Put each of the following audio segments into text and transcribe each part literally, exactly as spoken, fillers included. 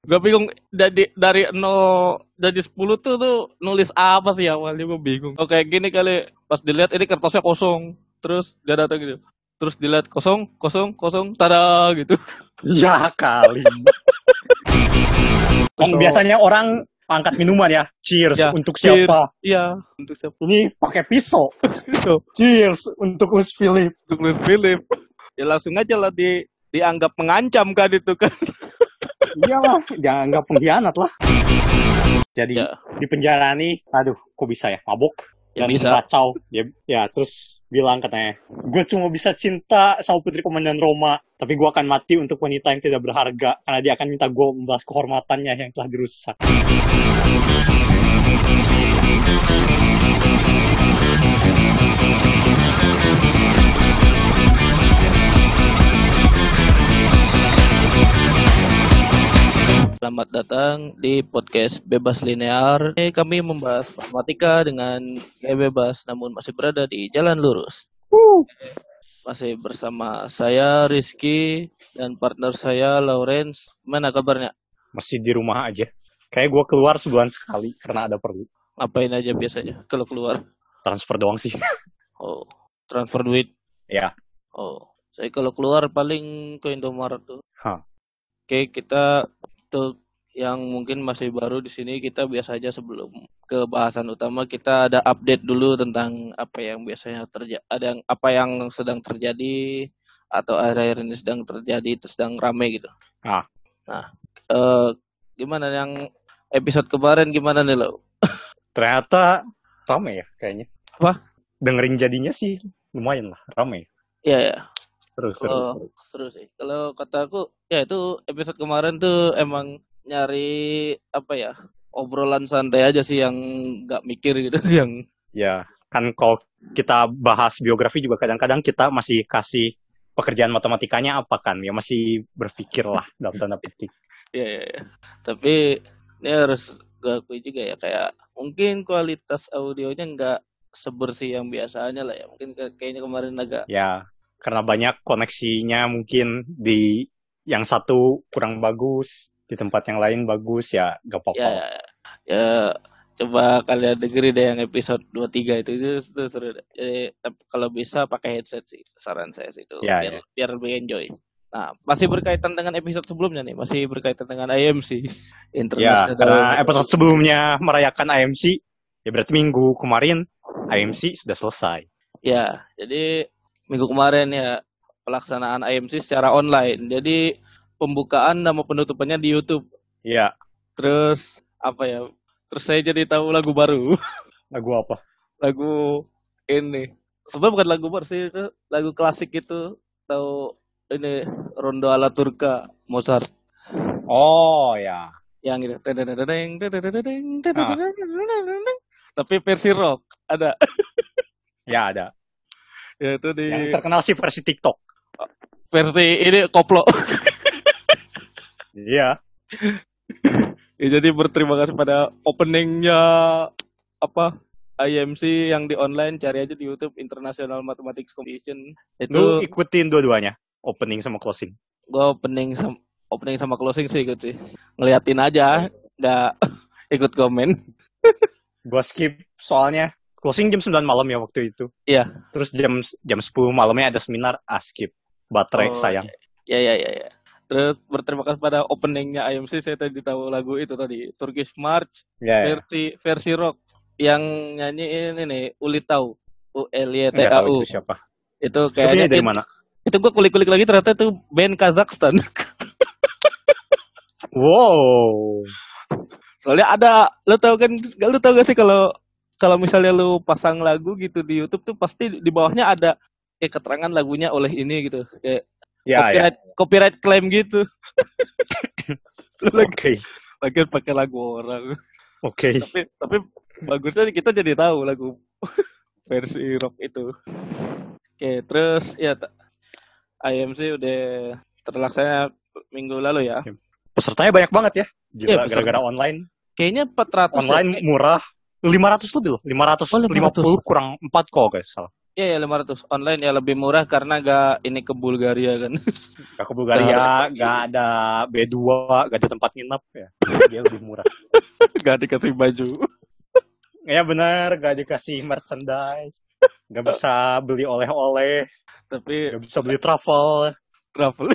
Gue bingung dari dari nol jadi sepuluh tuh tuh nulis apa sih awalnya, gue bingung. Oh kayak gini kali, pas dilihat ini kertasnya kosong, terus dia datang gitu. Terus dilihat kosong, kosong, kosong, tada gitu. Ya kali. Kan So, biasanya orang angkat minuman ya. Cheers ya, untuk cheers. siapa? Iya, untuk siapa? Ini pakai pisau. So, Cheers untuk Us Philip. untuk Luis Philip. Ya langsung aja lah di dianggap mengancam kan itu kan. Iyalah, dianggap pengkhianat lah. Jadi Ya. di penjara nih, aduh, kok bisa ya mabuk Ya dan bisa. kacau. Ya, ya terus bilang katanya, gue cuma bisa cinta sama putri komandan Roma, tapi gue akan mati untuk wanita yang tidak berharga karena dia akan minta gue membalas kehormatannya yang telah dirusak. Selamat datang di podcast Bebas Linear. Ini kami membahas matematika dengan gaya bebas namun masih berada di jalan lurus. Woo. Masih bersama saya Rizky dan partner saya Lawrence. Mana kabarnya? Masih di rumah aja. Kayak gue keluar sebulan sekali karena ada perlu. Ngapain aja biasanya kalau keluar? Transfer doang sih. Oh, transfer duit. Ya. Oh, saya kalau keluar paling ke Indomaret tuh. Huh. Oke, kita untuk yang mungkin masih baru di sini, kita biasa aja sebelum ke bahasan utama kita ada update dulu tentang apa yang biasanya terjadi, ada yang apa yang sedang terjadi atau akhir-akhir ini sedang terjadi, itu sedang rame gitu. Ah. Nah, eh, gimana yang episode kemarin gimana nih lo? Ternyata rame ya kayaknya. Apa? Dengerin jadinya sih lumayan lah, rame. Iya ya. Terus Oh, seru sih. Kalau kataku ya itu episode kemarin tuh emang nyari apa ya, obrolan santai aja sih yang nggak mikir gitu. Yang ya kan kalau kita bahas biografi juga kadang-kadang kita masih kasih pekerjaan matematikanya apa kan, ya masih berpikir lah dalam tanda petik. Iya ya, ya. Tapi ini harus gue akui juga ya, kayak mungkin kualitas audionya nggak sebersih yang biasanya lah ya. Mungkin kayaknya kemarin agak ya karena banyak koneksinya, mungkin di yang satu kurang bagus, di tempat yang lain bagus, ya gak apa-apa. Ya, ya, ya coba kalian dengerin deh yang episode dua puluh tiga itu, itu, itu seru deh. Jadi kalau bisa pakai headset sih, saran saya sih itu, ya, biar, ya. biar lebih enjoy. Nah, masih berkaitan dengan episode sebelumnya nih, masih berkaitan dengan I M C. Ya, karena episode sebelumnya merayakan I M C, ya berarti minggu kemarin I M C sudah selesai. Ya, jadi minggu kemarin ya pelaksanaan I M C secara online. Jadi pembukaan sama penutupannya di YouTube. Iya. Terus apa ya? Terus saya jadi tahu lagu baru. Lagu apa? Lagu ini. Sebenarnya bukan lagu baru sih, itu lagu klasik itu. Tahu ini Rondo alla Turca Mozart. Oh ya. Yang itu. Tapi versi rock ada. Ya ada. Ya itu di yang terkenal sih versi TikTok. Versi ini koplo. Iya. Ya, jadi berterima kasih pada openingnya apa I M C yang di online, cari aja di YouTube International Mathematics Competition. Itu lu ikutin dua-duanya, opening sama closing? Gua opening sama opening sama closing sih ikut sih. Ngeliatin aja, nggak ikut komen. Gua skip soalnya closing jam sembilan malam ya waktu itu. Iya. Terus jam jam sepuluh malamnya ada seminar, ah skip. Baterai oh, sayang. Ya ya ya ya. Terus berterima kasih pada openingnya I M C, saya tadi tahu lagu itu tadi, Turkish March ya, versi ya. versi rock yang nyanyiin ini Uli Tau, U L Y T A U. Itu siapa? Itu kayaknya dari mana? Itu gue kulik-kulik lagi, ternyata itu band Kazakhstan. Wow. Soalnya ada, lo tau kan, gak lo tau gak sih kalau kalau misalnya lo pasang lagu gitu di YouTube tuh pasti di bawahnya ada kayak keterangan lagunya oleh ini gitu, kayak ya, copyright ya. copyright claim gitu. Oke. Okay. Lagi pakai lagu orang. Oke. Okay. Tapi tapi bagusnya kita jadi tahu lagu versi rock itu. Oke, okay, terus ya I M C udah terlaksana minggu lalu ya. Pesertanya banyak banget ya. Gila, ya, gara-gara online. Kayaknya empat ratus online ya? Murah. lima ratus lebih loh. lima ratus lima puluh kurang empat kok guys. Salah. Iya ya lima ratus online ya lebih murah karena gak ini ke Bulgaria kan. Gak ke Gak Bulgaria, harus gak pergi. ada B dua, gak ada tempat nginep ya. Dia lebih murah. Gak dikasih baju. Ya benar, gak dikasih merchandise, gak bisa beli oleh-oleh, Tapi gak bisa beli travel. travel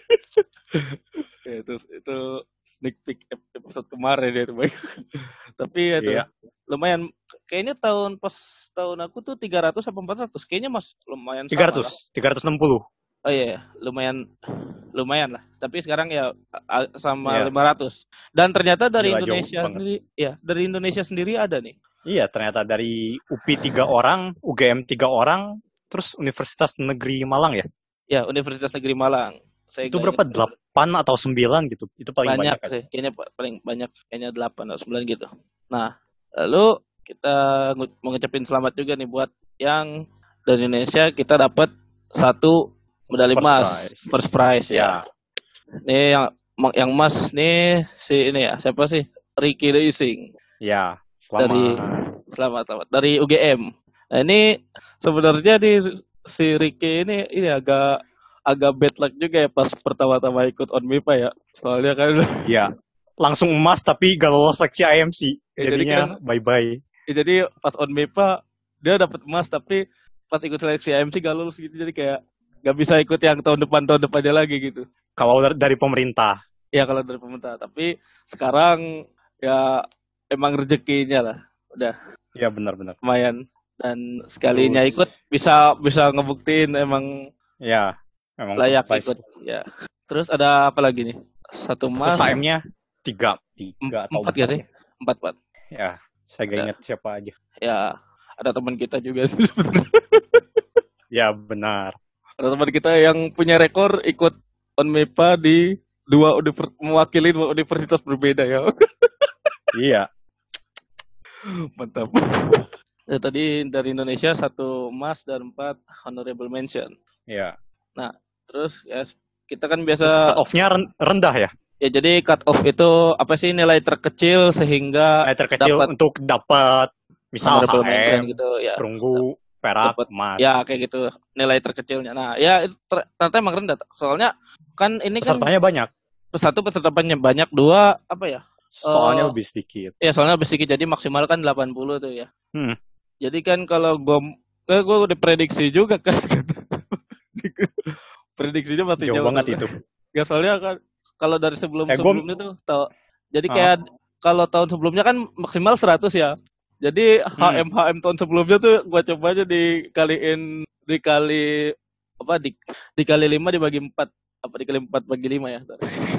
ya, itu itu sneak peek episode kemarin ya itu baik. Tapi ya itu Iya, lumayan kayaknya tahun pas tahun aku tuh tiga ratus apa empat ratus kayaknya mas lumayan tiga sama lah. ratus, tiga ratus enam puluh. Oh iya, iya, lumayan lumayan lah. Tapi sekarang ya a- sama Iya, lima ratus. Dan ternyata dari gila jauh Indonesia banget. sendiri, ya, dari Indonesia sendiri ada nih. Iya, ternyata dari U P I tiga orang, U G M tiga orang, terus Universitas Negeri Malang ya. Ya, Universitas Negeri Malang. Saya Itu nggak berapa? ingat berapa. Delapan atau sembilan gitu. Itu paling Banyak banyak kan. sih, kayaknya pa- paling banyak kayaknya delapan atau sembilan gitu. Nah, lalu kita ngu- mau ngucapin selamat juga nih buat yang dari Indonesia kita dapat satu medali First emas, prize. first prize Ya, ya. Nih yang yang emas nih si ini ya, siapa sih? Ricky Racing ya. dari Selamat. selamat selamat dari U G M. Nah, ini sebenarnya di si Ricky ini ini agak agak bad luck juga ya pas pertama-tama ikut on MIPA ya. Soalnya kan Ya, langsung emas tapi gak lolos seleksi I M C. ya, jadi kan Jadinya bye-bye. ya, jadi pas on MIPA dia dapat emas tapi pas ikut seleksi I M C gak lulus gitu jadi kayak gak bisa ikut yang tahun depan tahun depannya lagi gitu. Kalau dari- dari pemerintah. Ya kalau dari pemerintah, tapi sekarang ya emang rezekinya lah. Udah Ya, benar-benar. lumayan dan sekalinya Terus, ikut bisa bisa ngebuktiin emang ya, memang layak first prize. ikut ya. Terus ada apa lagi nih? Satu Terus emas, H M-nya tiga. em- Tiga atau empat empat gak sih? ya. Empat empat. Ya, saya gak Ada. ingat siapa aja. Ya ada teman kita juga sih sebenarnya. Ya, benar. Ada teman kita yang punya rekor ikut on MIPA di dua univer- mewakili dua universitas berbeda ya. Iya. Mantap. Ya, tadi dari Indonesia satu emas dan empat honorable mention. Iya. Nah, terus ya kita kan Terus biasa cut off-nya ren- rendah ya. ya jadi cut off itu apa sih nilai terkecil sehingga Eh, terkecil dapat untuk dapat misal honorable mention H M, gitu ya. perunggu, perak, Dapat emas. ya kayak gitu nilai terkecilnya. Nah, ya itu ter- ternyata emang rendah. Soalnya kan ini kan Pesertanya banyak. satu peserta banyak, banyak dua apa ya? Soalnya Eh, lebih sedikit. ya soalnya lebih sedikit jadi maksimal kan delapan puluh tuh ya. Hmm. Jadi kan kalau gua eh, gua udah prediksi juga kan. Prediksinya masih Jauh jauh banget tuh. itu. Ya soalnya kan kalau dari Eh, sebelum-sebelumnya gua- tuh tahu. Jadi Ah. kayak kalau tahun sebelumnya kan maksimal seratus ya. Jadi Hmm. H M H M tahun sebelumnya tuh gua coba aja dikaliin dikali apa di, dikali lima dibagi empat apa dikali empat bagi lima ya.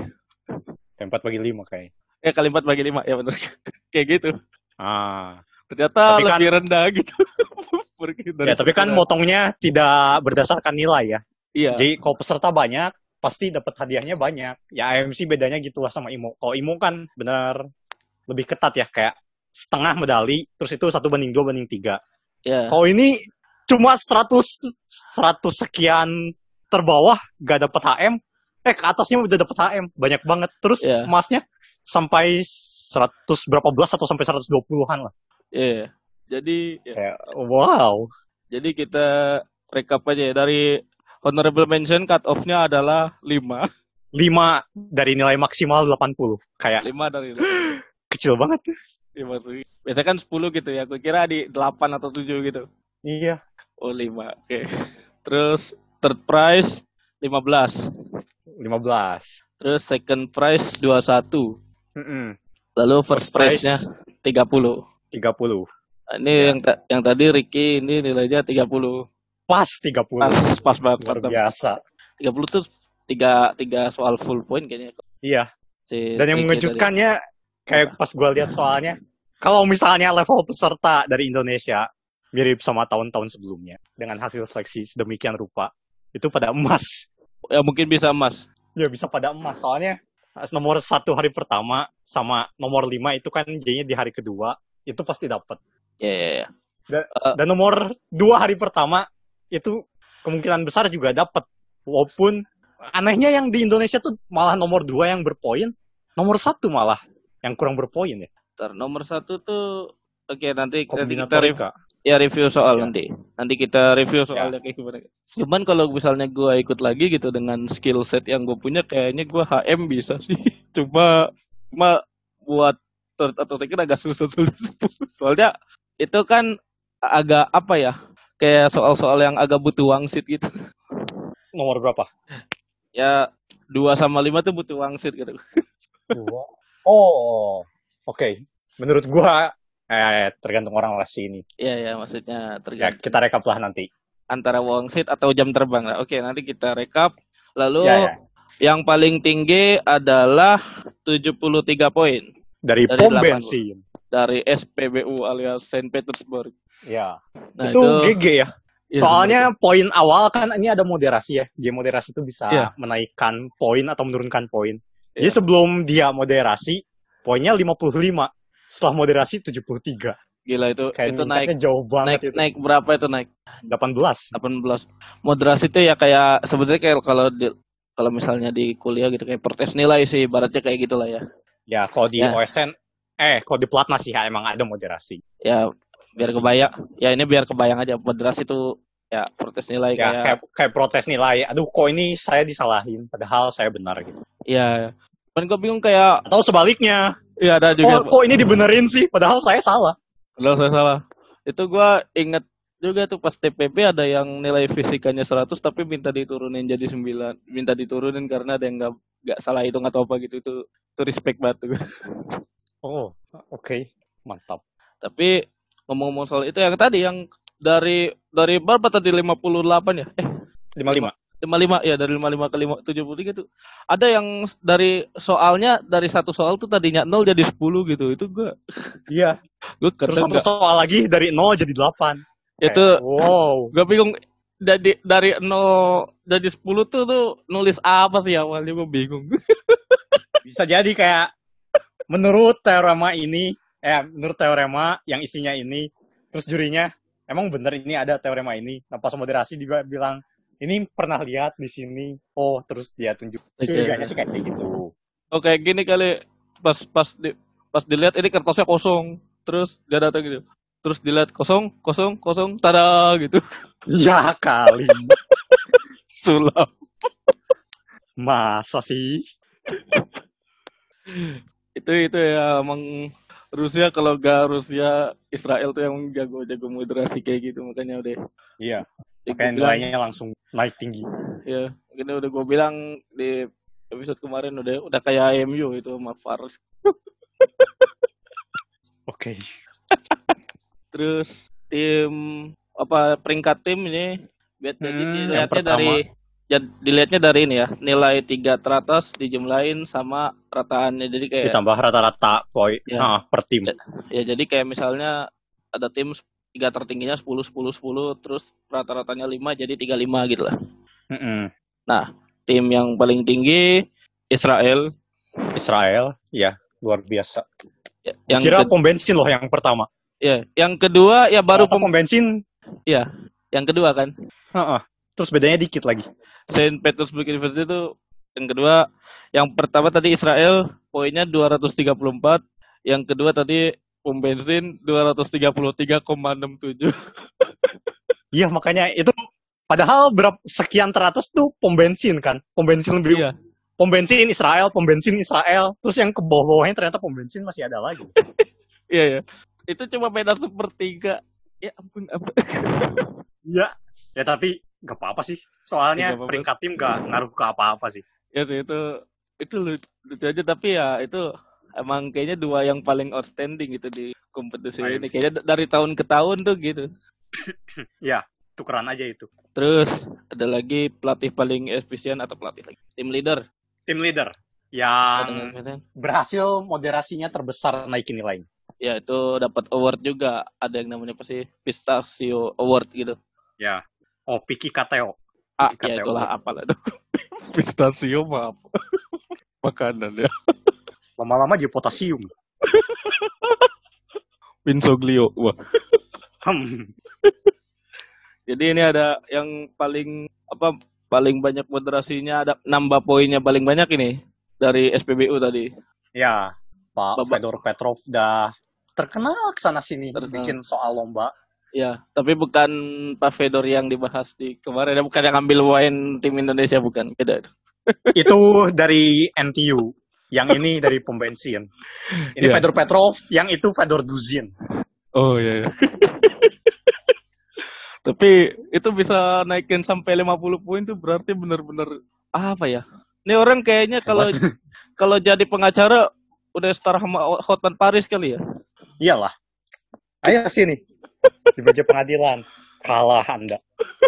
Empat bagi lima kayak. Eh kali empat bagi lima ya benar. Kayak gitu. Ah. Ternyata Tapi kan- lebih rendah gitu. Pergi dari Ya, tapi kan perkiraan. motongnya tidak berdasarkan nilai ya. Iya. Jadi kalau peserta banyak, pasti dapat hadiahnya banyak. Ya I M C bedanya gitu lah sama I M O. Kalau I M O kan benar lebih ketat ya, kayak setengah medali, terus itu satu banding dua banding tiga. Ya. Kalau ini cuma seratus, seratus sekian terbawah gak dapat H M, eh ke atasnya udah dapat H M, banyak banget. Terus Iya. emasnya sampai seratus berapa belas atau sampai seratus dua puluhan lah. Iya. Jadi ya. Kayak wow. Jadi kita recap aja ya. Dari honorable mention cut off-nya adalah lima. lima dari nilai maksimal delapan puluh. Kayak lima dari kecil banget. lima. Biasanya kan sepuluh gitu ya. Aku kira di delapan atau tujuh gitu. Iya. Oh, lima. Oke. Terus third prize lima belas. lima belas. Terus second prize dua puluh satu. Mm-mm. Lalu first, First prize prize-nya tiga puluh. tiga puluh. Nah, ini Ya. yang ta- yang tadi Ricky ini nilainya tiga puluh. Pas tiga puluh. Pas pas banget. Luar mantap. biasa. tiga puluh tuh tiga tiga soal full point kayaknya. Iya. Si Dan yang Ricky mengejutkannya, kayak pas gue lihat soalnya, kalau misalnya level peserta dari Indonesia mirip sama tahun-tahun sebelumnya, dengan hasil seleksi sedemikian rupa, itu pada emas. tadi. Ya mungkin bisa emas. Ya bisa pada emas. Soalnya nomor satu hari pertama sama nomor lima itu kan jadinya di hari kedua, itu pasti dapat. Ya ya ya. Dan, Uh, dan nomor dua hari pertama itu kemungkinan besar juga dapat. Walaupun anehnya yang di Indonesia tuh malah nomor dua yang berpoin, nomor satu malah yang kurang berpoin ya. Ntar, nomor satu tuh oke nanti nanti kita Kombinatorika. review, Ya review soal Ya. nanti. Nanti kita review Ya. soalnya kayak gimana. Cuman kalau misalnya gue ikut lagi gitu dengan skill set yang gue punya, kayaknya gue H M bisa sih. Cuma, cuma buat turut atau kan agak susah sulit. Soalnya itu kan agak apa ya? Kayak soal-soal yang agak butuh wangsit gitu. Nomor berapa? Ya dua sama lima tuh butuh wangsit gitu. Dua. Oh, oke. Menurut gua, eh, tergantung orang lah sih ini. Iya ya, maksudnya Ya, tergantung kita rekap lah nanti. antara wangsit atau jam terbang lah. Oke, nanti kita rekap. Lalu Ya, ya. yang paling tinggi adalah tujuh puluh tiga poin Dari, dari pom delapan puluh. bensin. Dari S P B U alias Saint Petersburg. Ya. Nah, itu, itu G G ya. iya, Soalnya bener. poin awal kan ini ada moderasi ya. Game moderasi itu bisa Iya. menaikkan poin atau menurunkan poin. Iya. Jadi sebelum dia moderasi, poinnya lima puluh lima. Setelah moderasi tujuh puluh tiga. Gila itu Kayak itu naik meningkatnya jauh banget naik itu. naik berapa itu naik? delapan belas. delapan belas. Moderasi itu ya kayak sebenarnya kayak kalau di, kalau misalnya di kuliah gitu kayak protes nilai sih, ibaratnya kayak gitulah ya. Ya, kalau di Ya. O S N, eh, kalau di Platnas sih ya, emang ada moderasi. Ya biar kebayang. Ya ini biar kebayang aja moderasi itu ya protes nilai Ya, kayak kayak, kayak protes nilai. Aduh, kok ini saya disalahin, padahal saya benar gitu. ya. Kan gue bingung kayak Atau sebaliknya, ya ada juga. oh, kok ini dibenerin sih, padahal saya salah. Kalau saya salah. Itu gua inget juga tuh pas T P P ada yang nilai fisikanya seratus tapi minta diturunin jadi sembilan. Minta diturunin karena ada yang nggak nggak salah hitung atau apa gitu. Itu itu respect banget tuh. Oh, oke. Okay. Mantap. Tapi ngomong-ngomong soal itu yang tadi yang dari dari berapa tadi lima puluh delapan ya? Eh, lima puluh lima. lima puluh lima ya dari lima puluh lima ke tujuh puluh tiga tuh. Ada yang dari soalnya dari satu soal tuh tadinya nol jadi sepuluh gitu. Itu gua Iya. gua Terus kadang satu nggak. soal lagi dari nol jadi delapan. Itu Kayak, wow. gue bingung dari dari nol jadi sepuluh tuh tuh nulis apa sih awalnya, gue bingung. Bisa jadi kayak menurut teorema ini, eh menurut teorema yang isinya ini, terus jurinya emang bener ini ada teorema ini. Nah pas moderasi juga bilang ini pernah lihat di sini. Oh terus dia tunjuk. Curiganya sih kayak gitu. Oh kayak gini kali pas pas di, pas dilihat ini kertasnya kosong, terus dia datang gitu. Terus dilihat kosong, kosong, kosong, tada gitu. Ya kali. Sulap. Masa sih? itu itu ya emang Rusia, kalau gak Rusia, Israel tuh yang jago-jago moderasi kayak gitu, makanya udah. Iya. Ya, makanya bilang, nilainya langsung naik tinggi. Ya, ini udah gue bilang di episode kemarin udah udah kayak M U itu sama Fars. Oke. Okay. Terus tim apa peringkat tim ini biar hmm, jadi dilihatnya dari jad, dilihatnya dari ini ya, nilai tiga teratas dijumlahin sama rataannya, jadi kayak ditambah rata-rata poin ya, nah, per tim. Ya, ya jadi kayak misalnya ada tim tiga tertingginya sepuluh sepuluh sepuluh terus rata-ratanya lima jadi tiga puluh lima gitu lah. Mm-mm. Nah, tim yang paling tinggi Israel. Israel, ya luar biasa. Ya, yang kira ke- pom bensin loh yang pertama. Ya, yang kedua ya baru pom bensin. Iya, yang kedua kan. Uh-uh. Terus bedanya dikit lagi. Saint Petersburg University itu yang kedua. Yang pertama tadi Israel poinnya dua ratus tiga puluh empat, yang kedua tadi pom bensin dua ratus tiga puluh tiga koma enam tujuh. Iya, makanya itu padahal berapa sekian teratas tuh pom bensin kan. Pom bensin lebih. Iya. Pom bensin Israel, pom bensin Israel. Terus yang ke bawah-bawahnya ternyata pom bensin masih ada lagi. Iya ya. Itu cuma beda sepertiga. Ya ampun apa. Iya. Ya tapi gak apa-apa sih. Soalnya ya, peringkat tim gak ngaruh ke apa-apa sih. Ya sih itu itu lucu aja, tapi ya itu emang kayaknya dua yang paling outstanding gitu di kompetisi nah, ini. Kayaknya dari tahun ke tahun tuh gitu. Ya, tukeran aja itu. Terus ada lagi pelatih paling efisien atau pelatih lagi. Tim leader. Tim leader yang berhasil moderasinya terbesar naikin nilai. Ya itu dapat award juga, ada yang namanya apa sih, Pistachio Award gitu. Ya, oh Piki Kateo. Ah ya itulah apalah itu. Pistachio mah apa? Makanan ya. Lama-lama jadi potasium. Pinsoglio, wah. Jadi ini ada yang paling apa? Paling banyak moderasinya, ada nambah poinnya paling banyak ini dari S P B U tadi. Ya, Pak Baba. Fedor Petrov dah terkenal kesana sini terkenal. Bikin soal lomba. Ya, tapi bukan Pak Fedor yang dibahas di kemarin, ya, bukan yang ambil wain tim Indonesia, bukan, beda itu. Itu dari N T U. Yang ini dari pom bensin. Ini Ya. Fedor Petrov, yang itu Fedor Duzin. Oh iya. Ya. Tapi itu bisa naikin sampai lima puluh poin tuh berarti benar-benar apa ya? Ini orang kayaknya kalau Hebat. kalau jadi pengacara udah setara sama Hotman Paris kali ya. Iyalah. Ayo sini. Di meja pengadilan. Kalah Anda.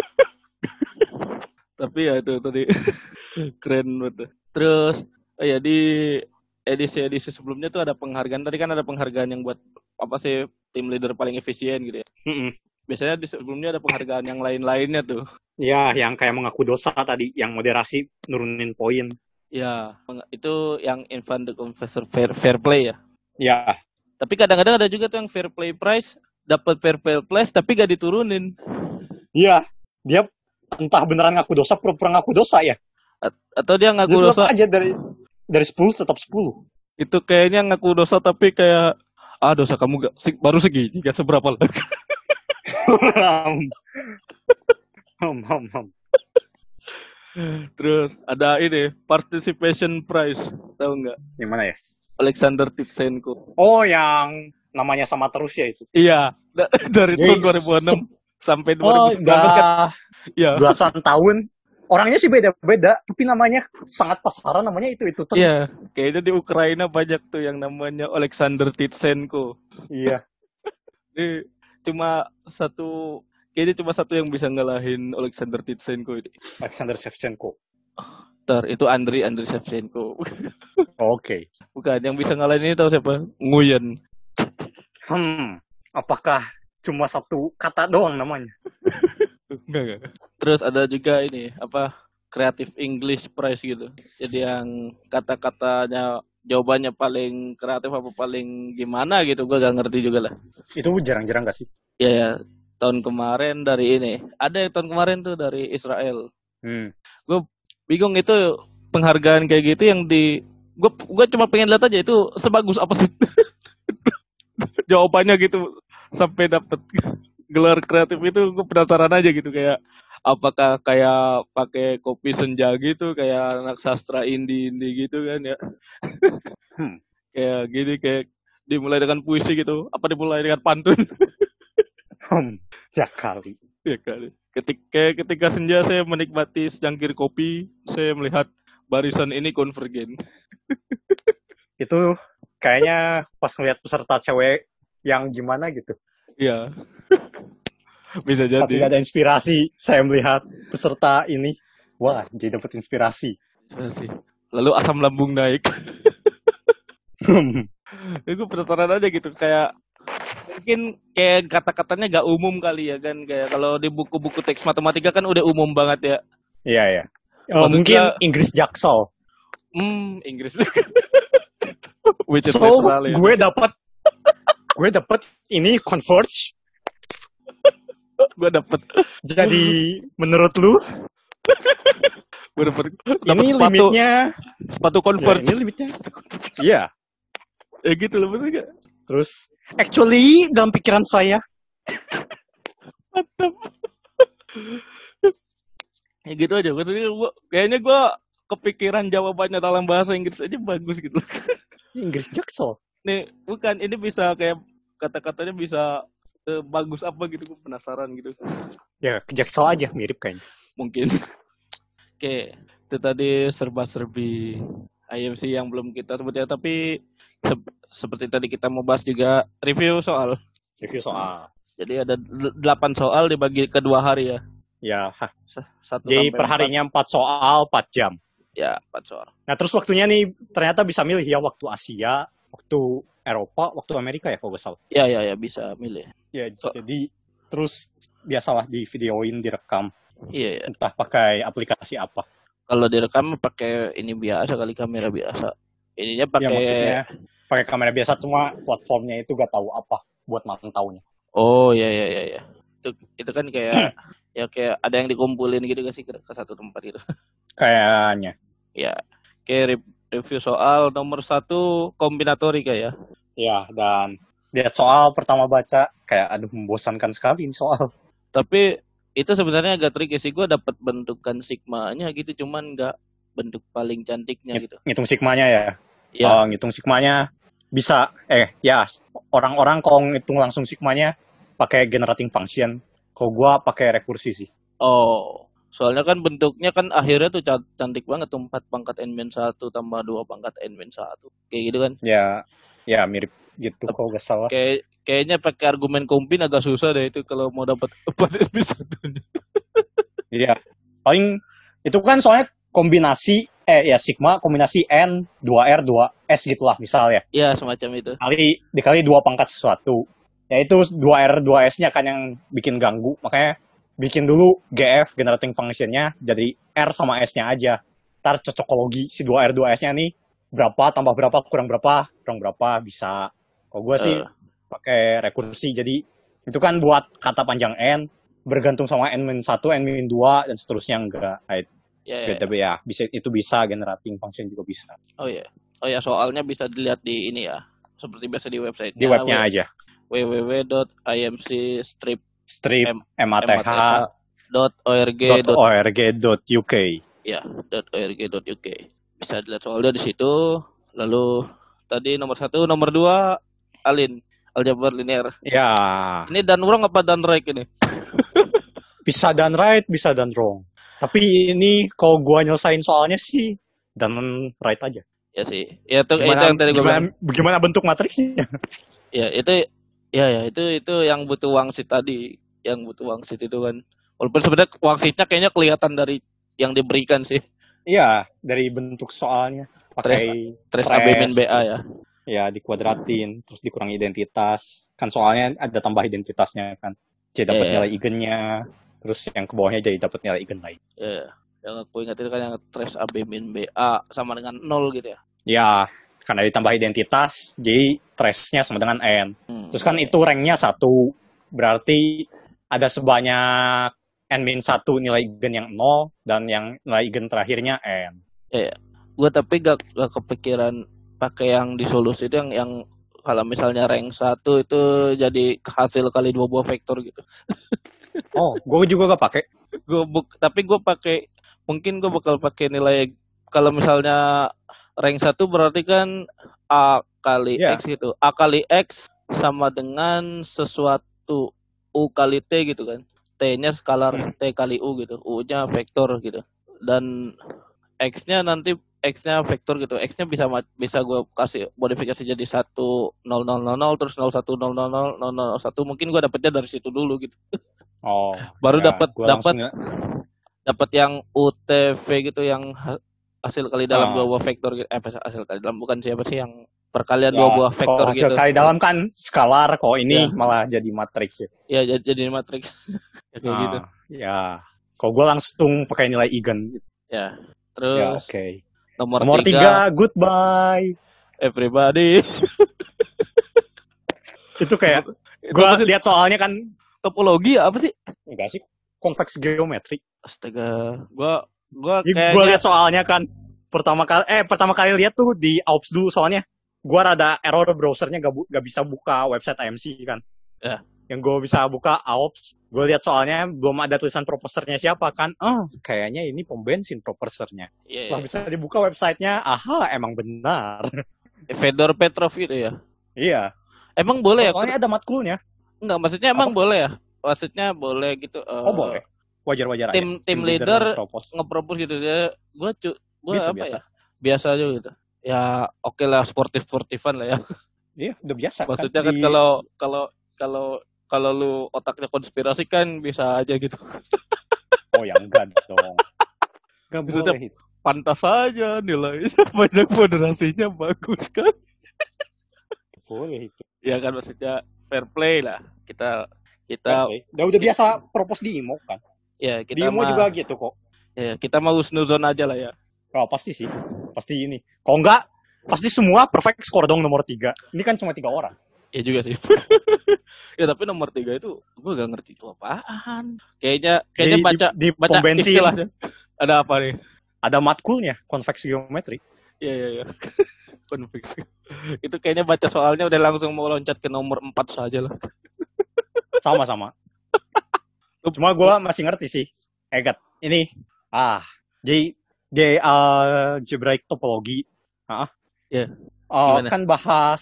Tapi ya itu tadi keren banget. Terus oh ya di edisi-edisi sebelumnya tuh ada penghargaan. Tadi kan ada penghargaan yang buat apa sih tim leader paling efisien gitu ya. Mm-mm. Biasanya di sebelumnya ada penghargaan yang lain-lainnya tuh. Ya, yang kayak mengaku dosa tadi, yang moderasi nurunin poin. Ya, itu yang Infant the Confessor fair, fair play ya. Ya. Tapi kadang-kadang ada juga tuh yang fair play prize dapat fair play prize tapi gak diturunin. Iya, dia entah beneran ngaku dosa, pura-pura ngaku dosa ya. A- atau dia ngaku Dia dosa tetap aja dari dari sepuluh tetap sepuluh. itu kayaknya ngaku dosa tapi kayak ah dosa kamu gak, baru segini gak seberapa lah. Hum, hum, hum. Terus ada ini participation prize, tahu nggak? Yang mana ya? Alexander Tivtsenko. Oh, yang namanya sama terus ya itu. Iya, da- dari Jadi, tahun dua ribu enam se- sampai Oh, dua ribu sembilan belas kan. udah Iya. belasan tahun. Orangnya sih beda-beda, tapi namanya sangat pasaran, namanya itu-itu terus. Iya, kayaknya di Ukraina banyak tuh yang namanya Alexander Tivtsenko. Iya. Ini cuma satu, kayaknya cuma satu yang bisa ngalahin Alexander Tivtsenko ini. Alexander Shevchenko. Ntar, itu Andriy Andriy Shevchenko. Oh, Oke. Okay. Bukan, yang bisa ngalahin ini tahu siapa? Nguyen. Hmm, apakah cuma satu kata doang namanya? Enggak, enggak. Terus ada juga ini, apa, Creative English Prize gitu. Jadi yang kata-katanya, jawabannya paling kreatif apa paling gimana gitu, gue gak ngerti juga lah. Itu jarang-jarang gak sih? Ya, ya, tahun kemarin dari ini. Ada yang tahun kemarin tuh dari Israel. Hmm. Gue bingung itu penghargaan kayak gitu yang di... Gue gue cuma pengen lihat aja itu sebagus apa sih jawabannya gitu sampai dapet gelar kreatif itu. Gue penasaran aja gitu, kayak apakah kayak pakai kopi senja gitu kayak anak sastra indie indie gitu kan ya. Hmm. Kayak gini, kayak dimulai dengan puisi gitu apa dimulai dengan pantun. Hmm. Ya kali. Ya kali. Ketika ketika senja saya menikmati secangkir kopi, saya melihat barisan ini konvergen. Itu kayaknya pas ngeliat peserta cewek yang gimana gitu. Iya. Bisa jadi. Tapi gak ada inspirasi. Saya melihat peserta ini, wah, jadi dapat inspirasi. Inspirasi. Lalu asam lambung naik. Ya, gue penasaran aja gitu, kayak mungkin kayak kata-katanya gak umum kali ya kan, kayak kalau di buku-buku teks matematika kan udah umum banget ya. Iya, ya. Oh, mungkin Inggris Jaksel. Hmm, Inggris. Which is So, literal, ya. gue dapat gue dapat ini Converge. Gue dapet. Jadi menurut lu Gue dapet, dapet ini sepatu, limitnya sepatu ya, Converge. ini limitnya. Iya. Ya gitu loh maksudnya. Terus actually dalam pikiran saya Mantap. Ya gitu aja. Maksudnya gua, kayaknya gue kepikiran jawabannya dalam bahasa Inggris aja bagus gitu. Inggris Jaksel. Nih, bukan, ini bisa kayak kata-katanya bisa eh, bagus apa gitu, gue penasaran gitu. Ya, ke Jaksel aja mirip kayaknya. Mungkin. Oke, itu tadi serba-serbi I M C yang belum kita sebut ya, tapi se- seperti tadi kita mau bahas juga review soal. Review soal. Jadi ada delapan soal dibagi ke dua hari ya. Ya, S- Satu jadi sampai perharinya empat soal, empat jam. Ya, empat soal. Nah, terus waktunya nih ternyata bisa milih ya, waktu Asia, waktu Eropa, waktu Amerika ya kalau gak salah. Ya, ya, ya, bisa milih. Ya, So- jadi terus biasalah di videoin, direkam. Iya, ya. Entah pakai aplikasi apa. Kalau direkam pakai ini biasa kali, kamera biasa. Ininya Ya, pakai maksudnya pakai kamera biasa, cuma platformnya itu gak tahu apa buat mantaunya. Oh, ya, ya, ya, ya. Itu itu kan kayak ya kayak ada yang dikumpulin gitu gak sih ke, ke satu tempat gitu. Kayaknya. Ya. Oke, re- review soal nomor satu kombinatorika ya. Ya, dan lihat soal pertama baca kayak aduh membosankan sekali ini soal. Tapi itu sebenarnya agak tricky sih. Gue dapat bentukan sigmanya gitu, cuman nggak bentuk paling cantiknya Ngit- gitu. Ngitung sigmanya ya. Ya, Oh, ngitung sigmanya bisa eh ya orang-orang kalau ngitung langsung sigmanya pakai generating function. Kalau gua pakai rekursi sih. oh. Soalnya kan bentuknya kan akhirnya tuh ca- cantik banget tuh empat pangkat n minus satu tambah dua pangkat n minus satu. Kayak gitu kan. Ya, ya mirip gitu Tep- kalau gak salah. Kayak kayaknya pakai argumen kombin agak susah deh itu kalau mau dapat empat n minus satu. Iya. Paling itu kan soalnya kombinasi eh ya sigma kombinasi n dua r dua s gitulah misal ya. Ya, semacam itu. Kali dikali dua pangkat sesuatu. Ya itu dua r dua s-nya kan yang bikin ganggu. Makanya bikin dulu G F generating function-nya jadi R sama S-nya aja. Ntar cocokologi si dua r dua s-nya nih berapa tambah berapa kurang berapa kurang berapa bisa. Kalau gue sih Eh, pakai rekursi jadi itu kan buat kata panjang n bergantung sama n minus satu, n minus dua dan seterusnya enggak. Nah, ya, ya, ya. Tapi ya bisa itu bisa generating function juga bisa. Oh ya. Oh ya, soalnya bisa dilihat di ini ya. Seperti biasa di website Di webnya aja. w w w dot i m c strip Strip M- math dot org dot org dot u k. ya dot org dot uk. Bisa dilihat soalnya di situ. Lalu tadi nomor satu, nomor dua Alin, aljabar linear. Ya, Ini dan wrong apa dan right ini? bisa done right, bisa done wrong. Tapi ini kalau gua nyelesain soalnya sih done right aja. Ya sih. Ya itu, itu Gimana, yang tadi gue gimana, bilang. gimana bentuk matriksnya? Ya itu ya ya itu itu yang butuh wangsit tadi, yang butuh wangsit itu kan. Walaupun sebenarnya wangsitnya kayaknya kelihatan dari yang diberikan sih. Iya, dari bentuk soalnya pakai Trace A B min B A ya. Ya, dikuadratin, terus dikurangi identitas. Kan soalnya ada tambah identitasnya kan. Jadi dapat Ya, ya. nilai eigennya, terus yang ke bawahnya jadi dapat nilai eigen lain. Ya, yang aku ingat itu kan yang trace A B min B A sama dengan nol gitu ya. Ya, karena ditambah identitas, jadi trace-nya sama dengan n. Hmm, Terus kan ya, itu rank-nya satu, berarti ada sebanyak n min satu nilai eigen yang nol, dan yang nilai eigen terakhirnya n. ya, ya. Gue tapi gak, gak kepikiran pakai yang disolusi itu yang yang kalau misalnya rank satu itu jadi hasil kali dua buah vektor gitu. Oh, gue juga gak pakai. Gue buk, tapi gue pakai mungkin gue bakal pakai nilai kalau misalnya rank satu berarti kan A kali Yeah. X gitu. A kali X sama dengan sesuatu U kali T gitu kan. T-nya skalar Hmm. T kali U gitu. U-nya vektor gitu. Dan X-nya nanti X-nya vektor gitu. X-nya bisa bisa gue kasih modifikasi jadi satu nol nol nol nol terus nol satu nol nol nol nol nol satu. Mungkin gue dapetnya dari situ dulu gitu. Oh, Baru ya, dapat gua dapat langsung- dapat yang U T V gitu yang ha- hasil kali dalam Ah. dua buah vektor gitu. Eh apa, hasil kali dalam bukan siapa sih yang perkalian Ya, dua buah vektor kalau hasil gitu. kali dalam kan skalar, kalau ini Ya. malah jadi matriks ya. Ya jadi, jadi matriks. Ya, kayak Ah, gitu. Ya, kalau gue langsung pakai nilai eigen. Ya. Ya, Terus oke. nomor, Nomor tiga, tiga, goodbye. everybody. Itu kayak Itu gue apa sih? lihat soalnya kan Topologi ya apa sih? enggak sih konveks geometri. Astaga, gua gua Gue kayaknya lihat soalnya kan pertama kali eh pertama kali lihat tuh di A U P S dulu soalnya gue rada error browsernya gak, bu, gak bisa buka website I M C kan. Ya. Yang gue bisa buka A U P S, gue lihat soalnya belum ada tulisan proposernya siapa kan. Oh, kayaknya ini pom bensin proposernya. Iya, Setelah iya. bisa dibuka websitenya, aha, emang benar. Fedor Petrov itu ya. Iya. Emang boleh ya? Soalnya ada matkulnya. Enggak, maksudnya emang Apa? boleh ya? Maksudnya boleh gitu. eh, Oh, boleh. Wajar-wajar aja. Tim tim leader propose. nge-propose gitu ya. Gua cu, gua Biasa, apa biasa. ya? Biasa aja gitu. Ya, oke lah sportif-sportifan lah ya. Iya, udah biasa. Maksudnya kan di- kalau kalau kalau kalau lu otaknya konspirasi kan bisa aja gitu. Oh, ya enggak dong. Enggak Maksudnya- boleh itu. Pantas aja nilainya banyak moderasinya bagus kan. Boleh itu. Ya kan maksudnya fair play lah. Kita kita Oke. Udah, udah biasa propose di I M O kan. ya Di kita I M O mah juga gitu kok. ya kita mau snuzon aja lah ya. Oh, pasti sih. Pasti ini. Kalau enggak, pasti semua perfect score dong nomor tiga. Ini kan cuma tiga orang. Ya juga sih. Ya tapi nomor tiga itu gue gak ngerti itu apaan. Kayaknya kayaknya Di- baca di, di baca pom bensin istilahnya. Ada apa nih? ada matkulnya, konveks geometri. Iya iya iya. Konflik. Itu kayaknya baca soalnya udah langsung mau loncat ke nomor empat saja lah. Sama-sama. Cuma gue masih ngerti sih. Egat. Ini. Ah. Jadi. Di uh, algebraic topologi. Ah. Iya. Uh, Gimana? kan bahas.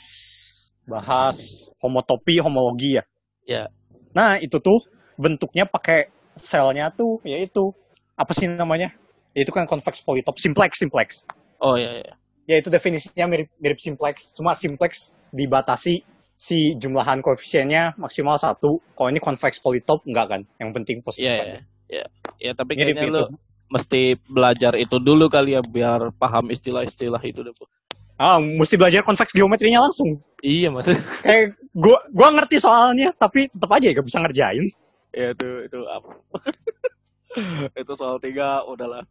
Bahas homotopi, homologi ya. Ya. Nah itu tuh. Bentuknya pakai selnya tuh. Yaitu. Apa sih namanya? Itu kan convex polytope. Simplex. Simplex. Oh iya iya. Ya itu definisinya mirip mirip simplex, cuma simplex dibatasi si jumlahan koefisiennya maksimal satu. Kalau ini convex polytope enggak kan? Yang penting positif Iya aja. iya. Iya. Ya tapi Mirip kayaknya itu. lu mesti belajar itu dulu kali ya biar paham istilah-istilah itu deh. Ah, mesti belajar convex geometrinya langsung. Iya maksud. Kayak gua gua ngerti soalnya, tapi tetap aja gak bisa ngerjain. Ya itu itu apa? Itu soal tiga udahlah.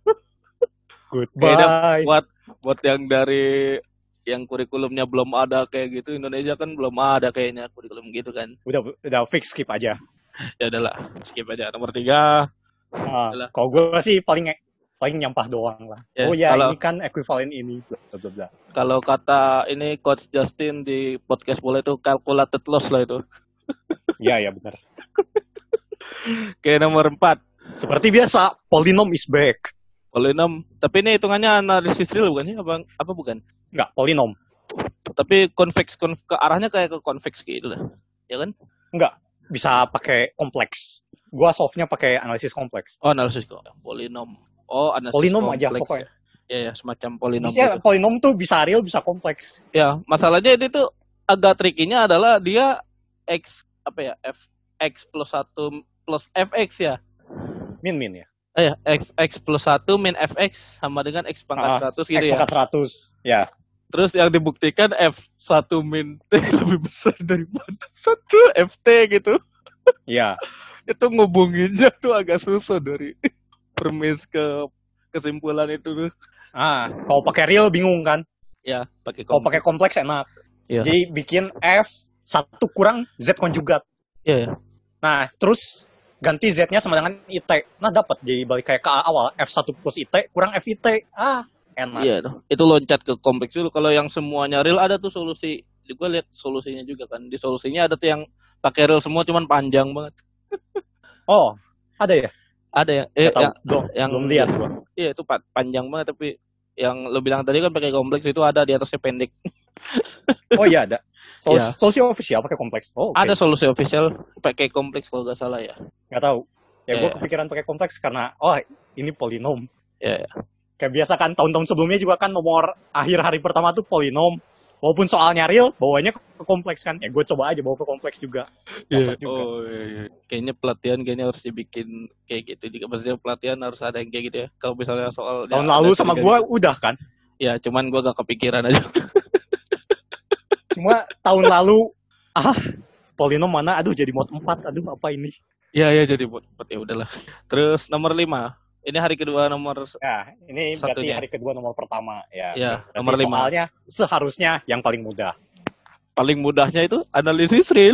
Goodbye. Buat buat yang dari yang kurikulumnya belum ada kayak gitu, Indonesia kan belum ada kayaknya kurikulum gitu kan. Udah udah fix skip aja. Ya udahlah, skip aja. Nomor tiga. Ah, kalau gue sih paling paling nyampah doang lah. Ya, oh ya, kalau, ini kan ekuivalen ini. Bla bla bla. Kalau kata ini Coach Justin di podcast bola itu calculated loss lah itu. Iya ya benar. Oke, nomor empat. Seperti biasa, polynom is back. Polinom, tapi ini hitungannya analisis real bukan sih? Apa, apa bukan? Enggak, polinom. Tapi konveks, konv, ke arahnya kayak ke konveks gitu lah. Ya kan? Enggak, bisa pakai kompleks. Gua solve-nya pakai analisis kompleks. Oh, analisis kok. Polinom. Oh, analisis polinom kompleks. aja pokoknya. Ya, ya, semacam polinom. Bisa, gitu. Polinom tuh bisa real, bisa kompleks. Ya, masalahnya itu tuh agak trikinya adalah dia x apa ya? F x plus satu plus fx ya. Min min ya. Eh ya, x, x plus satu min fx sama dengan x pangkat ah, seratus gitu x ya. X pangkat seratus, ya. Terus yang dibuktikan f satu min t lebih besar daripada satu ft gitu. Iya. Itu ngubunginnya tuh agak susah dari premis ke kesimpulan itu tuh. Ah, kalau pakai real bingung kan? Ya, pakai kompleks. Kalau pakai kompleks enak. Ya. Jadi bikin f satu kurang z konjugat. Iya, ya. Nah, terus ganti Z-nya sama dengan I T. Nah, dapat jadi balik kayak ke awal. F satu plus I T kurang F I T. Ah, enak. Iya, itu loncat ke kompleks dulu. Kalau yang semuanya real ada tuh solusi. Gue lihat solusinya juga kan. Di solusinya ada tuh yang pakai real semua cuman panjang banget. Oh, ada ya? Ada yang eh yang, belum, yang belum lihat gua. Iya, itu panjang banget tapi yang lo bilang tadi kan pakai kompleks itu ada di atasnya pendek. Oh iya ada. Solusi, ya. Solusi official pakai kompleks. Oh, okay. Ada solusi official pakai kompleks kalau nggak salah ya. Nggak tahu. Ya, ya gue kepikiran pakai kompleks karena oh ini polinom. Ya. ya. Kayak biasa kan tahun-tahun sebelumnya juga kan nomor akhir hari pertama tuh polinom. Walaupun soalnya real, bawanya ke kompleks kan. Ya gue coba aja bawa ke kompleks juga. Yeah. juga. Oh iya, iya. Kayaknya pelatihan kayaknya harus dibikin kayak gitu juga. Maksudnya pelatihan harus ada yang kayak gitu ya. Kalau misalnya soal tahun lalu sama gue udah kan. Ya cuman gue gak kepikiran aja. Cuma tahun lalu ah polinom mana aduh jadi mod empat aduh apa ini ya ya jadi mod empat ya udahlah. Terus nomor lima ini hari kedua nomor ya ini satunya. Berarti hari kedua nomor pertama ya, ya nomor lima soalnya seharusnya yang paling mudah paling mudahnya itu analisis real.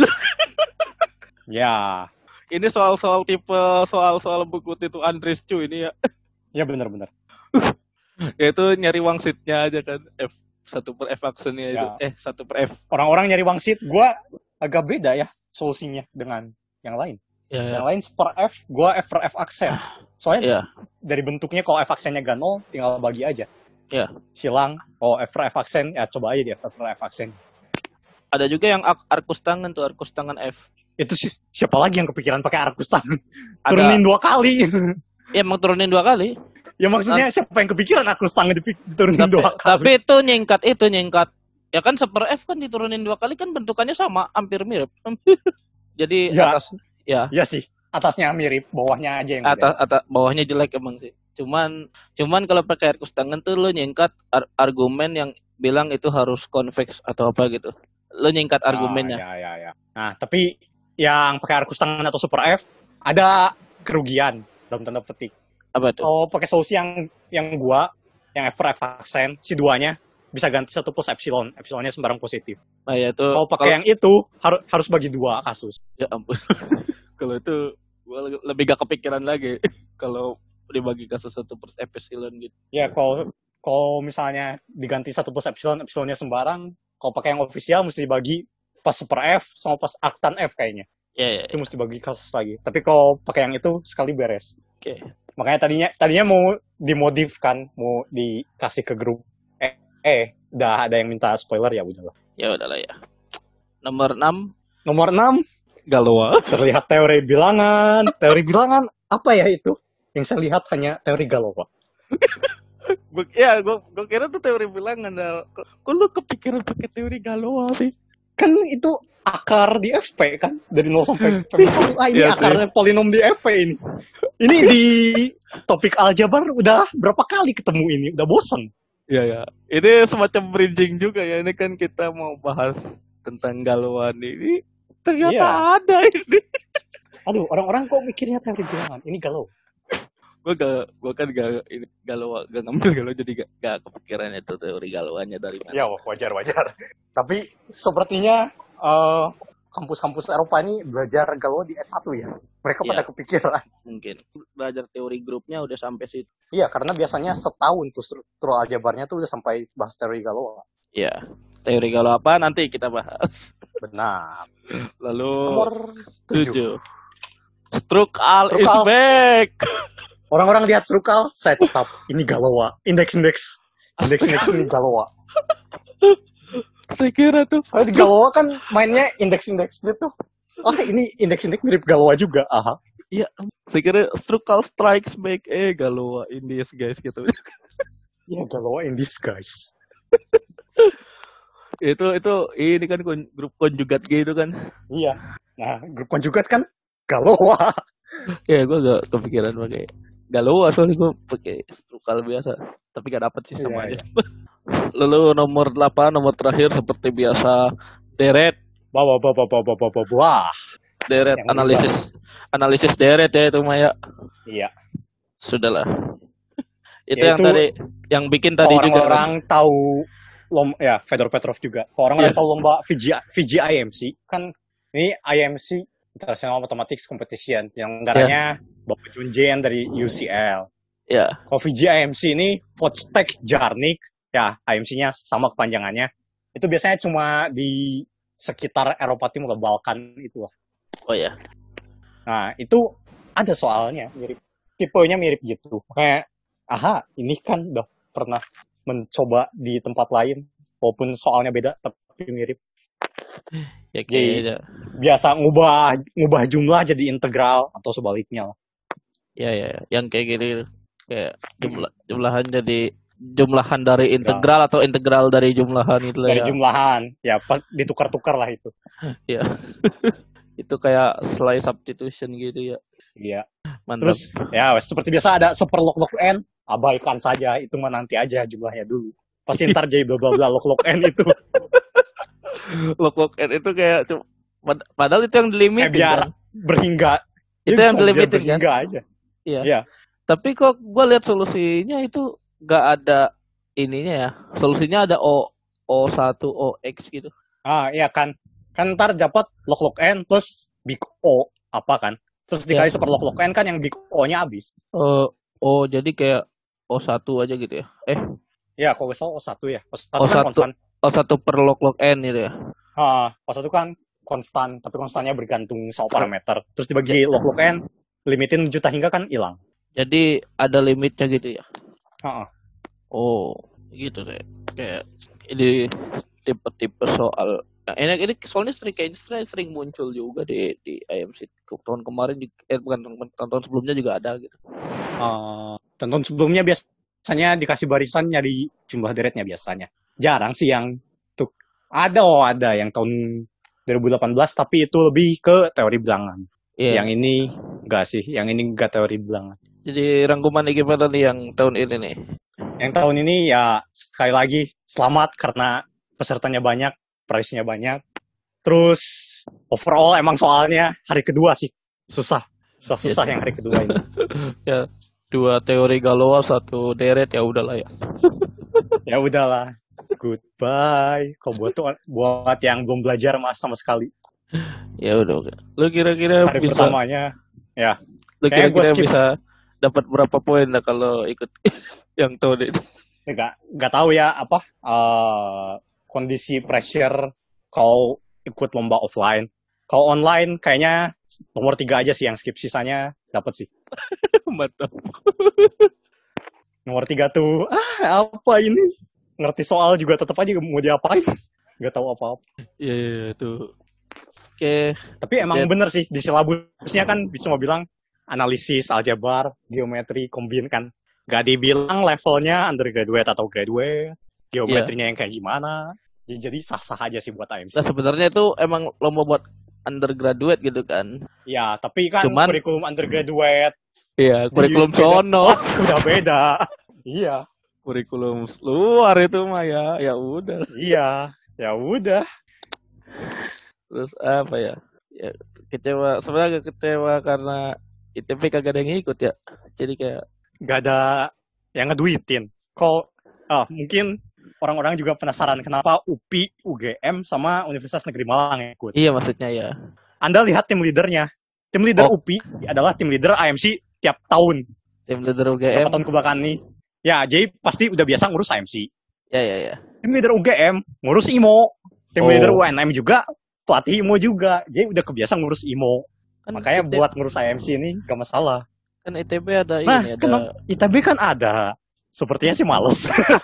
Ya ini soal-soal tipe soal-soal buku itu Andres Chu ini ya. Ya benar-benar yaitu nyari wangsitnya aja kan F satu per F aksennya itu. Ya. Eh, satu per F. Orang-orang nyari wangsit, gue agak beda ya solusinya dengan yang lain. Ya, yang ya. lain per F, gue F per F aksen. Soalnya ya. dari bentuknya kalau F aksennya gak nol, tinggal bagi aja. Ya. Silang, oh F per F aksen, ya coba aja dia F per F aksen. Ada juga yang arkus tangan tuh, arkus tangan F. Itu sih, siapa lagi yang kepikiran pakai arkus tangan? Ada... Turunin dua kali. Ya emang turunin dua kali. Ya maksudnya siapa yang kepikiran arkus tangan diturunin tapi, dua kali? Tapi itu nyingkat itu nyingkat. Ya kan seper F kan diturunin dua kali kan bentukannya sama, hampir mirip. Jadi ya, atas ya. Iya sih, atasnya mirip, bawahnya aja yang atas, atas bawahnya jelek emang sih. Cuman cuman kalau pakai arkus tangan tuh lo nyingkat ar- argumen yang bilang itu harus konveks atau apa gitu. Lo nyingkat argumennya. Ah, ya, ya, ya. Nah, tapi yang pakai arkus tangan atau super F ada kerugian dalam tanda petik. Apa tuh? Oh, pakai solusi yang yang gua, yang F per F aksen, si duanya bisa ganti satu plus epsilon, epsilonnya sembarang positif. Nah, ya itu. Kalau pakai yang itu harus harus bagi dua kasus. Ya ampun. Kalau itu gua lebih gak kepikiran lagi kalau dibagi kasus satu plus epsilon gitu. Ya, kalau kalau misalnya diganti satu plus epsilon, epsilonnya sembarang, kalau pakai yang official mesti dibagi pas per F sama pas arctan F kayaknya. Ya, ya, Itu ya. mesti bagi kasus lagi. Tapi kalau pakai yang itu sekali beres. Oke. Makanya tadinya tadinya mau dimodif kan, mau dikasih ke grup. Eh, eh udah ada yang minta spoiler ya udahlah. Ya udahlah ya. Nomor enam, Nomor enam, Galois. terlihat teori bilangan. Teori bilangan apa ya itu? Yang saya lihat hanya teori Galois. Gua, ya, gue gue kira tuh teori bilangan. Kok, kok lu kepikiran pakai teori Galois sih? Kan itu akar di F P kan, dari nol sampai P. Ah, ini Iya sih. akarnya polinom di F P ini. Ini di topik aljabar udah berapa kali ketemu ini, udah bosen. Iya, ya. Ini semacam bridging juga ya. Ini kan kita mau bahas tentang Galois ini. Ternyata Iya. ada ini. Aduh, orang-orang kok mikirnya teori bilangan, ini galau. Gue gak, gue kan gak ini Galois, gak ngambil Galois, jadi gak, gak kepikiran itu teori Galoisnya dari mana. Ya, wajar-wajar. Tapi sepertinya uh, kampus-kampus Eropa ini belajar galau di S satu ya. Mereka Iya. pada kepikiran. Mungkin belajar teori grupnya udah sampai situ. Iya, karena biasanya setahun tuh struktur aljabarnya tuh udah sampai bahas teori galau. Iya. Teori Galois apa nanti kita bahas. Benar. Lalu Nomor tujuh. tujuh. Strukal is Strukal. back. Orang-orang lihat strukal, saya tetap ini Galois. Indeks-indeks. Indeks-indeks ini Galois. Saya kira tuh. Kalau di Galois kan mainnya indeks-indeks gitu. Oh, ini indeks-indeks mirip Galois juga. Aha. Iya. Saya kira Strukal strikes back. Eh Galois Indies guys gitu. Ya, Galois in disguise. itu itu ini kan kon- grup konjugat gitu kan. Iya. Nah, grup konjugat kan Galois. Ya gue gak kepikiran pakai Galois, soalnya gue pakai Strukal biasa. Tapi gak dapet sih sama Iya, aja. Lalu nomor delapan, nomor terakhir seperti biasa deret. Wah, wah, wah, wah, wah, wah, wah, wah. Deret Yang analisis analisis deret ya itu Maya. Iya. Sudahlah. Itu Ya, yang itu tadi yang bikin tadi Kalau juga. orang-orang tahu lomba ya Fedor Petrov juga. Kalau orang-orang Iya. tahu lomba V G, V G I M C kan ini I M C International Mathematics Competition yang anggarannya Bapak Junjian dari U C L. Ya, Kalau V G I M C ini Vodspek Jarnik ya I M C-nya sama kepanjangannya. Itu biasanya cuma di sekitar Eropa Timur, Balkan itu lah. oh ya. Nah, itu ada soalnya mirip tipenya mirip gitu. Kayak aha, ini kan udah pernah mencoba di tempat lain walaupun soalnya beda tapi mirip. Ya Jadi kayaknya. biasa ngubah ngubah jumlah jadi integral atau sebaliknya lah. Ya ya, yang kayak gini kayak jumlah jumlahan jadi jumlahan dari integral atau integral dari jumlahan itu lah Dari ya. jumlahan ya pas ditukar-tukar lah itu. Ya. Itu kayak slice substitution gitu ya. Iya. Mantap. Terus ya seperti biasa ada seperlog log n, abaikan saja itu mah nanti aja jumlahnya dulu. Pasti ntar jadi bla bla bla log log n itu. Log-log n itu kayak cuma pad- padahal itu yang Eh, delimited biar kan. berhingga. Itu Ya, yang cuma biar delimited kan. berhingga aja. Iya. Iya. Tapi kok gue lihat solusinya itu gak ada ininya ya. Solusinya ada O O1 O X gitu. Ah, iya kan. Kan ntar dapat log log n plus big O apa kan. Terus dikali Ya. seperlog log n kan yang big O-nya habis. Oh, oh jadi kayak O satu aja gitu ya. Eh, Ya, kalau misalnya O satu ya. O satu, O kan satu. konstan. O satu per log log n gitu ya. Ah, O satu kan konstan, tapi konstannya bergantung sama parameter. Terus dibagi log log n, limitin juta hingga kan hilang. Jadi ada limitnya gitu ya. Heeh. Oh, gitu deh. Kayak ini tipe-tipe soal. Nah, ini ini soalnya sering kayaknya sering, sering muncul juga di di I M C tahun kemarin di, eh bukan tahun, tahun sebelumnya juga ada gitu. Uh, tahun sebelumnya biasanya dikasih barisan nyari jumlah deretnya biasanya. Jarang sih yang tuh ada oh ada yang tahun dua ribu delapan belas tapi itu lebih ke teori bilangan. Iya. Yang ini enggak sih, yang ini enggak teori bilangan. Jadi rangkuman gimana nih yang tahun ini nih? Yang tahun ini ya sekali lagi selamat karena pesertanya banyak, prize-nya banyak. Terus overall emang soalnya hari kedua sih susah, susah-susah Yes. yang hari kedua ini. Ya, dua teori Galois, satu deret ya udahlah ya. Ya udahlah, goodbye. Kok buat tuh, buat yang belum belajar mas sama sekali. Ya udah oke. Lu kira-kira Hari bisa pertamanya, ya lu kayak gua kira-kira skip. bisa dapat berapa poin lah kalau ikut yang tahun ini? nggak nggak tahu ya apa uh, kondisi pressure kalau ikut lomba offline. Kalau online kayaknya nomor tiga aja sih yang skip, sisanya dapat sih. Mantap. Nomor tiga tuh ah apa ini, ngerti soal juga tetap aja mau diapain, nggak tahu apa-apa. Iya, yeah, yeah, tuh. Oke. Okay. Tapi emang That... bener sih di silabusnya kan cuma bilang analisis, aljabar, geometri, kombin kan. Gak dibilang levelnya undergraduate atau graduate, geometrinya yeah. yang kayak gimana. Ya, jadi sah-sah aja sih buat A M C. Nah sebenarnya itu emang lomba buat undergraduate gitu kan. Ya, tapi kan Cuman, kurikulum undergraduate. Iya, kurikulum sono. Udah beda. Iya. Kurikulum luar itu mah ya, ya udah. Iya, ya udah. Terus apa ya? Ya kecewa, sebenarnya agak kecewa karena I T B kagak ada yang ikut ya. Jadi kayak gak ada yang ngeduitin. Kalau ah, mungkin orang-orang juga penasaran kenapa U P I, U G M sama Universitas Negeri Malang yang ikut. Iya maksudnya ya. Anda lihat tim leadernya. Tim leader oh. U P I adalah tim leader A M C tiap tahun. Tim leader U G M. Berapa tahun kebelakang nih? Ya, jadi pasti udah biasa ngurus A M C. Ya, ya, ya. Tim leader U G M ngurus I M O. Tim oh. leader U N M juga pelatih I M O juga. Jadi udah kebiasa ngurus I M O. Kan makanya I T B... buat ngurus A M C ini gak masalah. Kan I T B ada nah, ini, kan ada... I T B kan ada. Sepertinya sih males.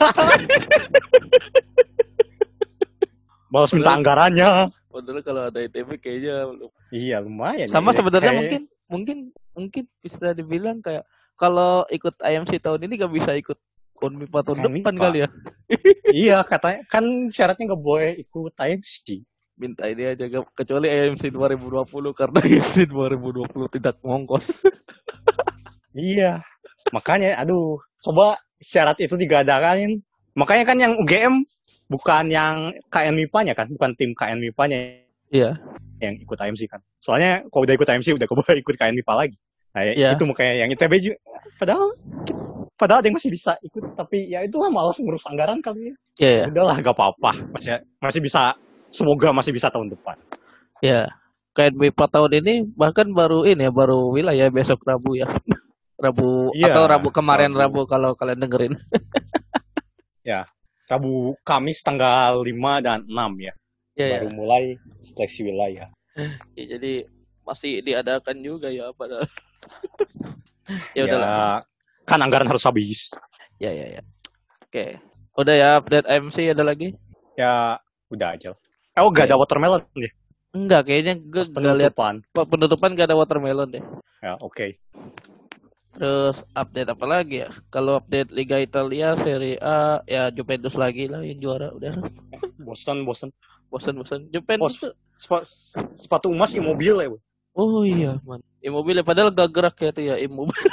Males minta anggarannya. Padahal kalau ada I T B kayaknya iya lumayan. Sama ya, sebenarnya kayak... mungkin mungkin mungkin bisa dibilang kayak kalau ikut I M C tahun ini gak bisa ikut Unmipa tahun M I P A. Depan kali ya. Iya katanya kan syaratnya gak boleh ikut I M C. Minta ini aja gak, kecuali I M C dua ribu dua puluh karena I M C dua ribu dua puluh tidak ngongkos. Iya. Makanya aduh, coba syarat itu digadangin. Makanya kan yang U G M bukan yang K N M I P A-nya kan, bukan tim K N M I P A-nya. Iya. Yang ikut I M C kan. Soalnya kalau udah ikut I M C udah gak boleh ikut K N M I P A lagi. Nah, ya. Itu makanya yang I T B juga. Padahal padahal ada yang masih bisa ikut, tapi ya itulah malas ngurus anggaran kali ya. Iya. Yeah. Udahlah gak apa-apa. Masih masih bisa, semoga masih bisa tahun depan. Iya. Yeah. K N M I P A tahun ini bahkan baru ini ya, baru wilayah besok Rabu ya. Rabu yeah. Atau Rabu kemarin Rabu, Rabu kalau kalian dengerin. Ya. Rabu Kamis tanggal lima dan enam ya. Yeah, baru yeah. mulai seleksi wilayah. Ya, jadi masih diadakan juga ya padahal. Ya udahlah. Kan anggaran harus habis. Ya ya ya. Oke. Udah ya update I M C ada lagi? Ya udah aja. Oh enggak ada watermelon deh. Enggak, kayaknya gue enggak lihat penutupan enggak ada watermelon deh. Ya oke. Okay. Terus update apa lagi ya? Kalau update Liga Italia, Serie A, ya Juventus lagi lah yang juara udah. Bosan, bosan. Bosan, bosan. Juventus oh, sp- sepatu emas Immobile ya, Bu. Oh iya, man. Immobile padahal gak gerak ya tuh ya Immobile.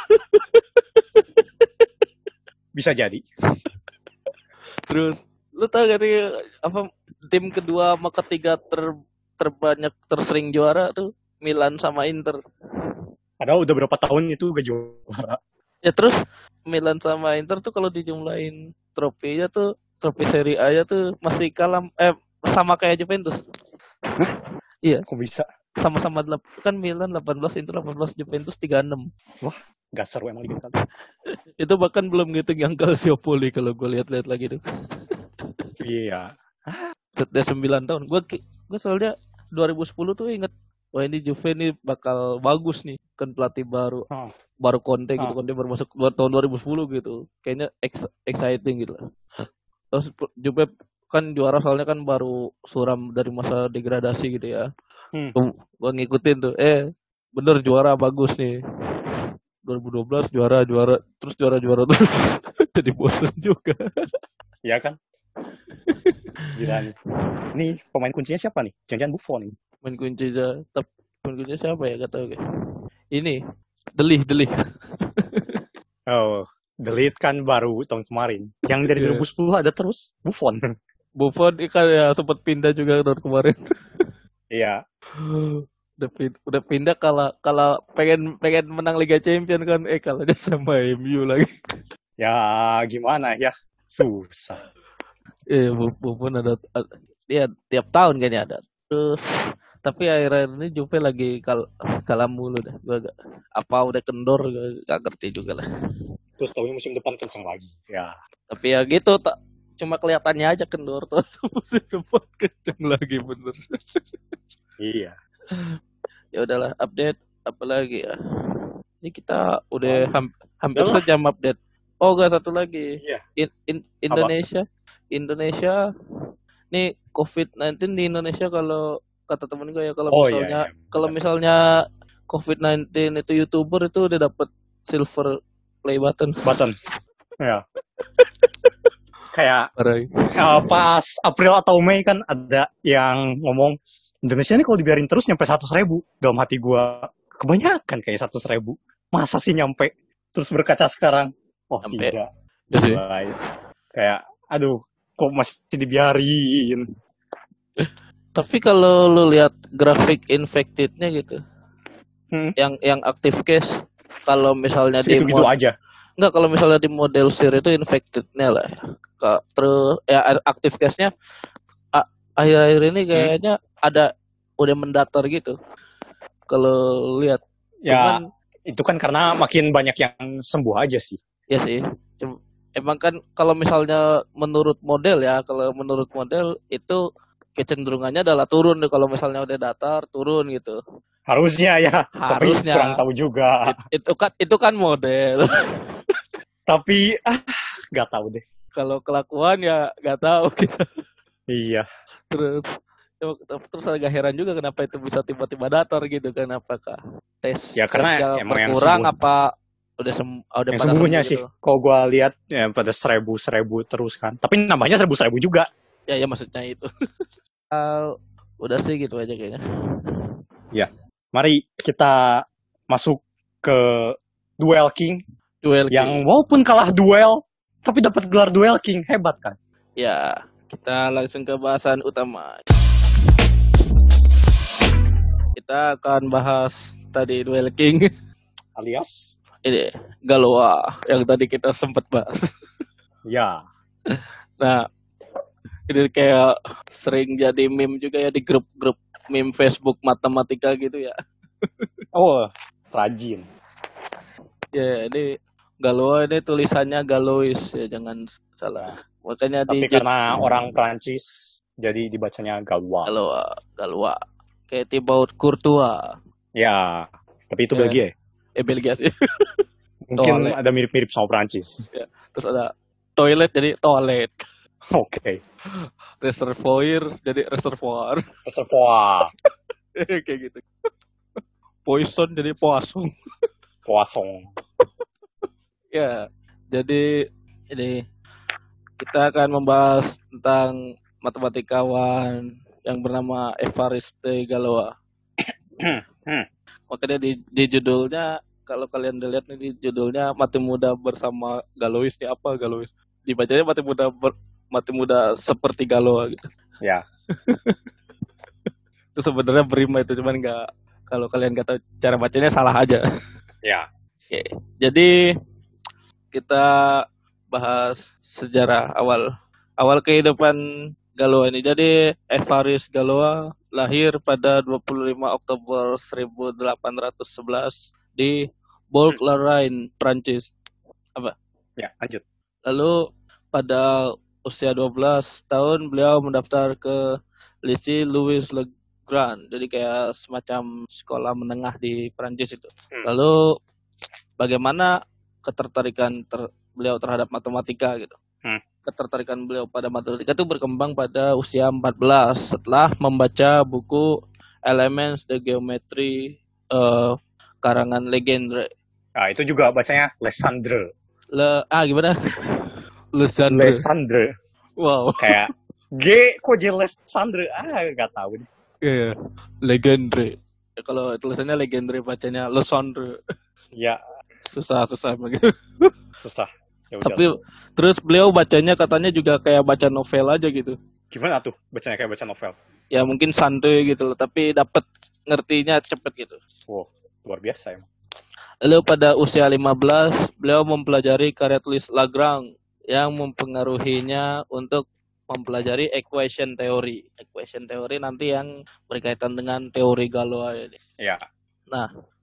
Bisa jadi. Terus lu tau gak sih apa tim kedua sama ketiga ter terbanyak tersering juara tuh Milan sama Inter. Padahal udah berapa tahun itu gak juara. Ya terus Milan sama Inter tuh kalau dijumlahin trofinya tuh trofi Serie A-nya tuh masih kalah eh sama kayak Juventus. Hah? Iya. Kok bisa? Sama-sama kan Milan delapan belas, Inter delapan belas, Juventus tiga puluh enam. Wah, gak seru emang gitu kan. Itu bahkan belum ngitung yang Calciopoli kalau gue lihat-lihat lagi tuh. Iya. Sudah sembilan tahun. Gue gue soalnya dua ribu sepuluh tuh inget, wah ini Juve nih bakal bagus nih, kan pelatih baru, oh. baru Conte gitu, oh. Conte baru masuk tahun dua ribu sepuluh gitu, kayaknya ex- exciting gitu. Terus Juve kan juara soalnya kan baru suram dari masa degradasi gitu ya. Hmm. Gua ngikutin tuh, eh bener juara bagus nih. dua ribu dua belas juara juara terus juara juara terus jadi bosan juga. Iya kan? Gila nih. Nih pemain kuncinya siapa nih? Jangan-jangan Buffon nih. Pemain kuncinya, tapi pemain kuncinya siapa ya? Gak tahu kayak. Ini Delih Delih. Oh, Delih kan baru tahun kemarin. Yang dari dua ribu sepuluh ada terus Buffon. Buffon kan ya sempat pindah juga tahun kemarin. Iya. Udah pindah, udah pindah kalau kalau pengen pengen menang Liga Champions kan eh kalahnya sama M U lagi. Ya gimana ya, susah. Eh Buffon ada, ada dia tiap tahun kayaknya ada. Terus tapi akhir-akhir ini Juve lagi kal kalah mulu dah. Gua gak, apa udah kendor gak, gak ngerti juga lah. terus tahunnya musim depan kenceng lagi. Ya. Tapi ya gitu, tak cuma kelihatannya aja kendor tuh musim depan kenceng lagi bener. Iya. Ya udahlah, update apa lagi ya? Ini kita udah Apalagi? ham- hampir Udahlah. sejam update. Oh, enggak, satu lagi. Iya. In- in- Apa? Indonesia, Indonesia, nih covid sembilan belas di Indonesia kalau kata temen gue ya kalau Oh iya, misalnya iya. kalau Benar. misalnya covid sembilan belas itu YouTuber itu udah dapet silver play button. Button. Ya. Kayak Parah. uh, pas April atau Mei kan ada yang ngomong Indonesia ini kalau dibiarin terus nyampe seratus ribu. Dalam hati gue kebanyakan kayak seratus ribu. Masa sih nyampe? Terus berkaca sekarang, oh Sampai. tidak. Ya sih. Mulai. Kayak, aduh, kok masih dibiarin? Tapi kalau lu lihat grafik infected-nya gitu, Hmm. yang yang aktif case, kalau misalnya di Itu-gitu mod- aja. enggak, kalau misalnya di model sir itu infected-nya lah. Ka- Terus ya aktif case-nya a- akhir-akhir ini kayaknya ada udah mendatar gitu. Kalau lihat, Ya, cuman itu kan karena makin banyak yang sembuh aja sih. ya sih. Cum- Emang kan kalau misalnya menurut model ya, kalau menurut model itu kecenderungannya adalah turun deh kalau misalnya udah datar, turun gitu. Harusnya ya, Harusnya. tapi kurang tahu juga. It- itu kan itu kan model. Tapi ah, nggak tahu deh. Kalau kelakuan ya nggak tahu kita. Iya. Terus terus agak heran juga kenapa itu bisa tiba-tiba datar gitu kan, apakah tes Ya, karena tesnya emang yang berkurang sembuh. apa udah sem udah Yang pada sembuhnya sembuh sih, gitu. kalau gue lihat ya pada seribu seribu terus kan. Tapi nambahnya seribu seribu juga. Ya ya maksudnya itu. Uh, udah sih gitu aja kayaknya. Ya, mari kita masuk ke Duel King. Duel Yang King. walaupun kalah duel, tapi dapat gelar Duel King, hebat kan? Ya, kita langsung ke bahasan utama. Kita akan bahas tadi Duel King. Alias? Ini Galoa yang tadi kita sempat bahas. Ya. Nah, ini kayak sering jadi meme juga ya di grup-grup meme Facebook matematika gitu ya. Oh, rajin. Ya, ini Galoa ini tulisannya Galois ya, jangan salah. Makanya Tapi di karena orang Prancis, jadi dibacanya Galois. Galoa, Galoa. Kayak Thibaut Courtois. Ya, tapi itu Ya. Belgia ya? Eh Belgia sih. Mungkin Toilet. ada mirip-mirip sama Prancis. Ya. Terus ada toilet jadi toilet. Oke. Reservoir jadi reservoir. Reservoir. Kayak gitu. Poison jadi poisson. Poisson. Ya, jadi ini kita akan membahas tentang matematikawan yang bernama Evariste Galois. Hmm. Makanya di, di judulnya, kalau kalian lihat nih di judulnya Mati Muda bersama Galois, ini apa Galois? Dibacanya Mati Muda ber, Mati Muda seperti Galois gitu. Ya. Itu sebenarnya berima itu, cuman nggak, kalau kalian nggak tahu cara bacanya salah aja. Ya. Oke, jadi kita bahas sejarah awal awal kehidupan Galois ini. Jadi Évariste Galois lahir pada dua puluh lima Oktober seribu delapan ratus sebelas di Bourg-la-Reine, Prancis. Apa? Ya, lanjut. Lalu pada usia dua belas tahun beliau mendaftar ke Lycée Louis le Grand. Jadi kayak semacam sekolah menengah di Prancis itu. Lalu bagaimana ketertarikan ter, beliau terhadap matematika gitu. Hmm. Ketertarikan beliau pada matematika itu berkembang pada usia empat belas setelah membaca buku Elements de Geometry uh, karangan Legendre. Nah, itu juga bacanya Lesandre. Le ah gimana? Lesandre. Lesandre. Wow. Kayak G kok jadi Lesandre? Ah, nggak tahu deh. Iya. Yeah. Legendre. Ya, kalau tulisannya Legendre bacanya Lesandre. Ya, Susah-susah begitu. susah. Ya udah. Tapi terus beliau bacanya katanya juga kayak baca novel aja gitu. Gimana tuh bacanya kayak baca novel? Ya mungkin santuy gitu loh, tapi dapat ngertinya cepet gitu. Wow, luar biasa emang. Lalu pada usia lima belas, beliau mempelajari karya tulis Lagrange yang mempengaruhinya untuk mempelajari equation theory. Equation theory nanti yang berkaitan dengan teori Galois ini. Ya. Nah,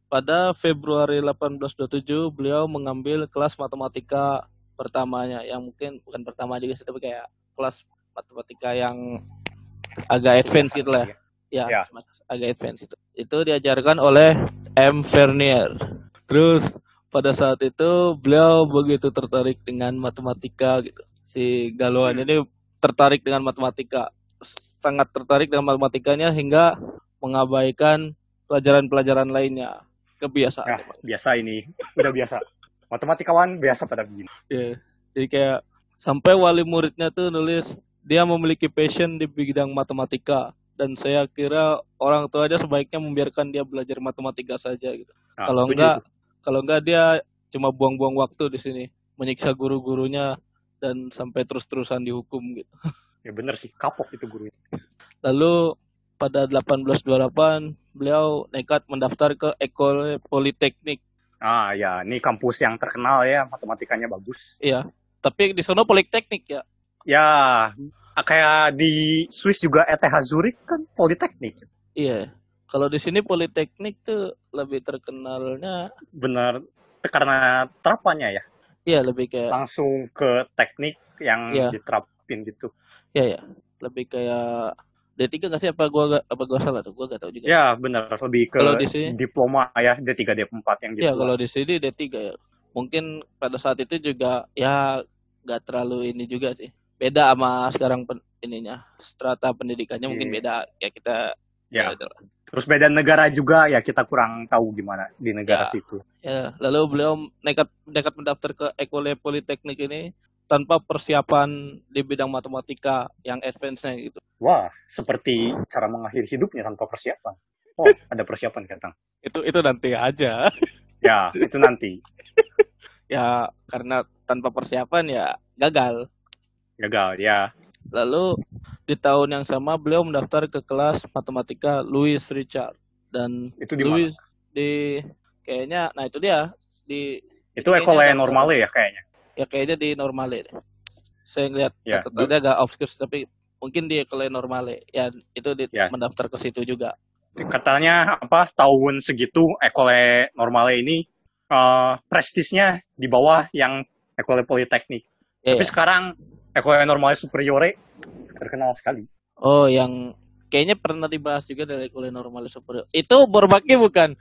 pada Februari delapan belas dua puluh tujuh beliau mengambil kelas matematika pertamanya, yang mungkin bukan pertama juga sih, tapi kayak kelas matematika yang agak advance gitu lah. Ya, Ya. agak advance itu. Itu diajarkan oleh M. Vernier. Terus pada saat itu beliau begitu tertarik dengan matematika gitu. Si Galois Hmm. ini tertarik dengan matematika, sangat tertarik dengan matematikanya hingga mengabaikan pelajaran-pelajaran lainnya. Kebiasaan Ya, emang. biasa ini. Udah biasa. Matematikawan biasa pada begini. Ya, jadi kayak sampai wali muridnya tuh nulis dia memiliki passion di bidang matematika, dan saya kira orang tua aja sebaiknya membiarkan dia belajar matematika saja gitu. Nah, Kalau setuju enggak, itu. kalau enggak dia cuma buang-buang waktu di sini, menyiksa guru-gurunya dan sampai terus-terusan dihukum gitu. Ya bener sih, kapok itu guru itu. Lalu pada delapan belas dua puluh delapan beliau nekat mendaftar ke École Polytechnique. Ah ya, ini kampus yang terkenal ya, matematikanya bagus. Iya, tapi di sana Politeknik ya. Ya, kayak di Swiss juga E T H Zurich kan Politeknik. Iya, kalau di sini Politeknik tuh lebih terkenalnya. Bener, karena terapannya ya. Iya, lebih kayak. Langsung ke teknik yang Iya. diterapin gitu. Iya ya, lebih kayak D tiga nggak sih, apa gua apa gua salah tuh, gua nggak tahu juga. Ya bener, lebih ke Kalau di sini, diploma ya, D tiga D empat yang gitu. ya kalau di sini D tiga ya. Mungkin pada saat itu juga ya nggak terlalu ini juga sih. Beda sama sekarang pen, ininya, strata pendidikannya mungkin Iya. beda ya kita. Ya. Ya, Terus beda negara juga ya, kita kurang tahu gimana di negara ya, situ. ya, lalu beliau nekat nekat mendaftar ke École Polytechnique ini tanpa persiapan di bidang matematika yang advance-nya gitu. Wah, seperti cara mengakhiri hidupnya tanpa persiapan. Oh, ada persiapan Kang. Itu itu nanti aja. Ya, itu nanti. Ya, karena tanpa persiapan ya gagal. Gagal, ya. Lalu di tahun yang sama beliau mendaftar ke kelas matematika Louis Richard, dan itu di Louis mana? Di kayaknya, nah itu dia di itu École Normale ya kayaknya. Ya kayaknya di Normale deh. Saya ngeliat ya, catatannya agak obscure, tapi mungkin di École Normale. Ya itu di, ya. mendaftar ke situ juga. Katanya apa tahun segitu École Normale ini uh, prestisnya di bawah yang École Polytechnique. Ya, Tapi ya. sekarang École Normale Supérieure terkenal sekali. Oh, yang kayaknya pernah dibahas juga dari École Normale Supérieure. Itu Bourbaki bukan?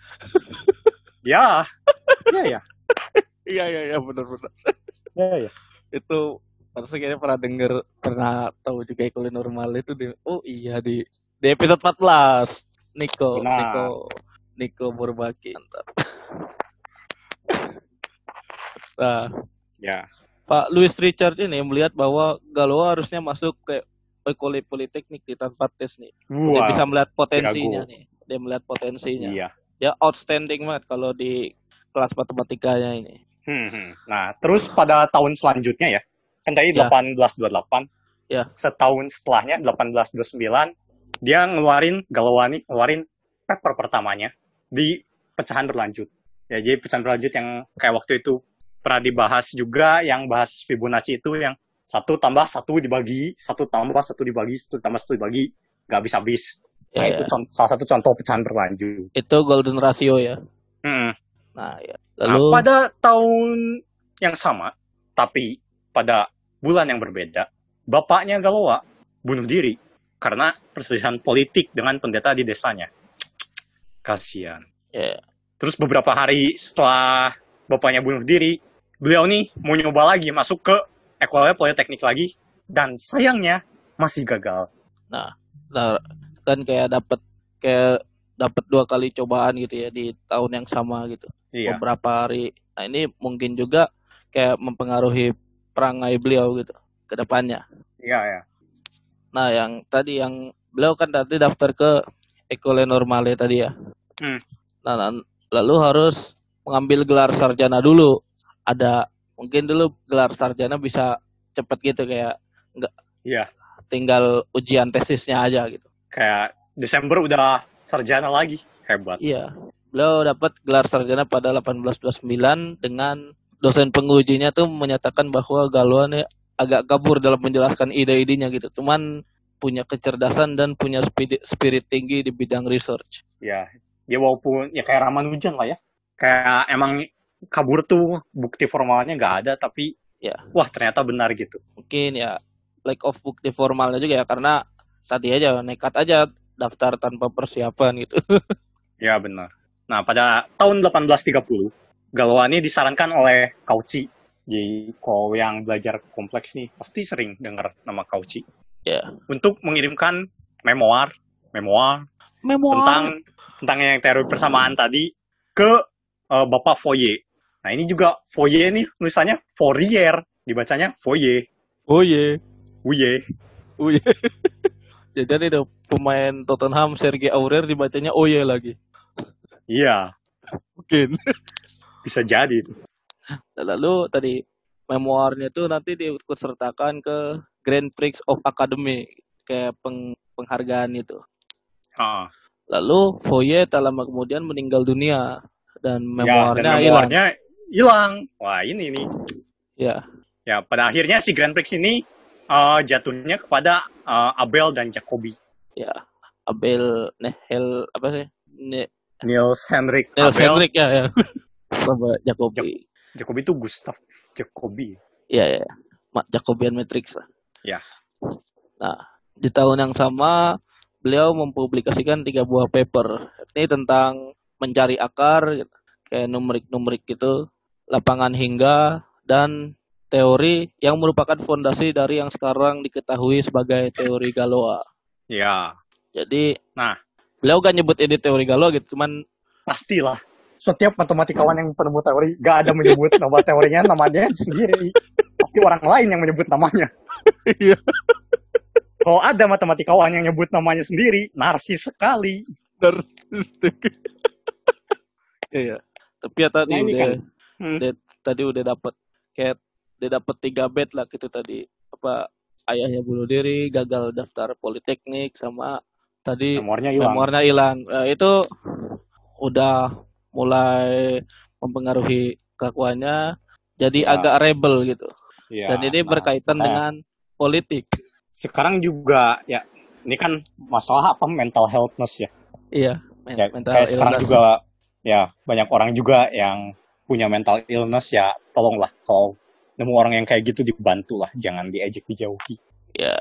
Ya. Ya, ya. Iya, iya, iya, benar-benar. Ya, ya. Itu pasti kayaknya pernah dengar, pernah tahu juga École Normale itu di, oh iya di di episode empat belas. Nico, Benar. Nico, Nico Bourbaki. Mantap. Nah, ya. Pak Louis Richard ini melihat bahwa Galois harusnya masuk ke École Polytechnique di tanpa tes nih. Wow. Dia bisa melihat potensinya Jago. nih. Dia melihat potensinya. Iya. Dia outstanding banget kalau di kelas matematikanya ini. Hmm, hmm. Nah, terus pada tahun selanjutnya ya, kan tadi ya. delapan belas dua puluh delapan, ya. Setahun setelahnya, delapan belas dua puluh sembilan, dia ngeluarin, Galois nih, ngeluarin paper pertamanya di pecahan berlanjut. Ya, jadi pecahan berlanjut yang kayak waktu itu pernah dibahas juga, yang bahas Fibonacci itu, yang satu tambah satu dibagi, satu tambah satu dibagi, satu tambah satu dibagi, nggak habis-habis. Nah, ya, itu ya. Contoh, salah satu contoh pecahan berlanjut. Itu golden ratio ya. Hmm. Nah, ya. Lalu nah, pada tahun yang sama, tapi pada bulan yang berbeda, bapaknya Galois bunuh diri karena perselisihan politik dengan pendeta di desanya. Kasian. Yeah. Terus beberapa hari setelah bapaknya bunuh diri, beliau nih mau nyoba lagi masuk ke École Polytechnique lagi, dan sayangnya masih gagal. Nah, nah kan kayak dapat kayak dapat dua kali cobaan gitu ya di tahun yang sama gitu. Iya. Beberapa hari. Nah, ini mungkin juga kayak mempengaruhi perangai beliau gitu ke depannya. Iya, ya. Nah, yang tadi yang beliau kan tadi daftar ke École Normale tadi ya. Hmm. Nah, lalu harus mengambil gelar sarjana dulu. Ada mungkin dulu gelar sarjana bisa cepet gitu, kayak enggak. Iya. Tinggal ujian tesisnya aja gitu. Kayak Desember udah sarjana lagi. Hebat. Iya. Beliau dapat gelar sarjana pada delapan belas dua puluh sembilan dengan dosen pengujinya tuh menyatakan bahwa Galois ini agak kabur dalam menjelaskan ide-idenya gitu. Cuman punya kecerdasan dan punya spirit, spirit tinggi di bidang research. Ya, dia walaupun ya kayak Ramanujan lah ya, kayak emang kabur tuh bukti formalnya nggak ada, tapi ya wah ternyata benar gitu. mungkin ya lack of bukti formalnya juga ya, karena tadi aja nekat aja daftar tanpa persiapan gitu. Ya benar. Nah pada tahun delapan belas tiga puluh Galois ini disarankan oleh Cauchy. Jadi kalau yang belajar kompleks nih pasti sering dengar nama Cauchy. Ya. Untuk mengirimkan memoir, memoir, Memoir. tentang tentang yang teori persamaan tadi ke uh, Bapak Fourier. Nah ini juga Fourier nih tulisannya Fourier, dibacanya Fourier. Oh ye. Fourier. Oh ye. Jadi ada pemain Tottenham Serge Aurier dibacanya Oye lagi. Iya. Mungkin. Bisa jadi itu. Lalu tadi memoirnya itu nanti diikutsertakan ke Grand Prix of Academy, kayak peng, penghargaan itu. Ha. Lalu Fourier tak lama kemudian meninggal dunia dan ya, memoirnya hilang. hilang. Wah ini nih. Ya. Ya pada akhirnya si Grand Prix ini uh, jatuhnya kepada uh, Abel dan Jacobi. Ya. Abel Nehel apa sih? Ne, Niels Henrik Niels Abel. Henrik ya, ya. Sama Jacobi. Jacobi itu Gustav Jacobi. Iya, ya. Jacobian Matrix lah. Ya. Nah, di tahun yang sama beliau mempublikasikan tiga buah paper. Ini tentang mencari akar, kayak numerik-numerik gitu, lapangan hingga, dan teori yang merupakan fondasi dari yang sekarang diketahui sebagai teori Galois. Ya. Jadi, nah, beliau gak nyebut ini teori Galois gitu, cuman pastilah. Setiap matematikawan yang penemu teori gak ada menyebut nama teorinya, namanya sendiri. Pasti orang lain yang menyebut namanya. Iya. Kalau ada matematikawan yang nyebut namanya sendiri, narsis sekali. Narsis. Iya. Tapi ya tadi nah, udah, kan. hmm. udah tadi udah dapat kayak udah dapat tiga bet lah gitu tadi. Apa ayahnya bunuh diri, gagal daftar politeknik, sama tadi memoirnya hilang. Memoirnya hilang. Nah, itu udah mulai mempengaruhi kelakuannya, jadi ya. agak rebel gitu. Ya, dan ini nah, berkaitan makanya. dengan politik. Sekarang juga ya, ini kan masalah apa mental healthness ya. Iya, men- ya mental kayak sekarang juga ya banyak orang juga yang punya mental illness ya. Tolonglah kalau nemu orang yang kayak gitu dibantu lah, jangan diejek dijauhi. Ya.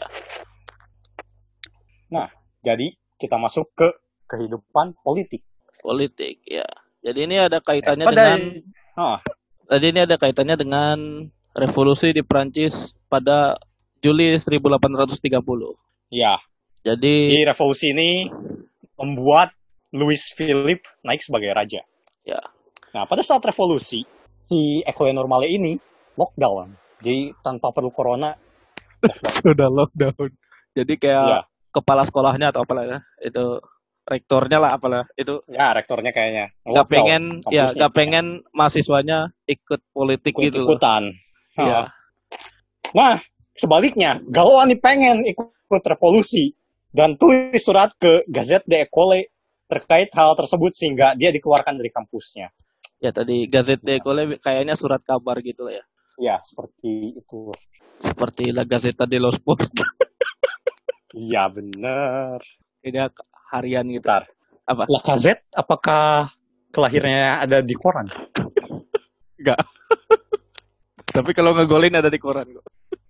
Nah, jadi kita masuk ke kehidupan politik. Politik, ya. Jadi ini ada kaitannya eh, pada, dengan oh. Jadi ini ada kaitannya dengan revolusi di Prancis pada Juli seribu delapan ratus tiga puluh. Ya. Jadi di revolusi ini membuat Louis Philippe naik sebagai raja. Ya. Nah, pada saat revolusi, si École Normale ini lockdown. Jadi tanpa perlu corona, lockdown. Sudah lockdown. Jadi kayak ya. Kepala sekolahnya atau apalah ya, itu rektornya lah apalah itu ya rektornya kayaknya nggak pengen ya nggak pengen mahasiswanya ikut politik ikut gitu ikutan ya. Nah sebaliknya Galois nih pengen ikut revolusi dan tulis surat ke Gazette des Écoles terkait hal tersebut sehingga dia dikeluarkan dari kampusnya. Ya tadi Gazette des Écoles kayaknya surat kabar gitu lah ya. Ya seperti itu. Seperti La Gazzetta dello Sport. Iya benar. Ini harian gitu. Bentar. Apa? La Gazette apakah kelahirnya ada di koran? Enggak. Tapi kalau ngegolin ada di koran kok.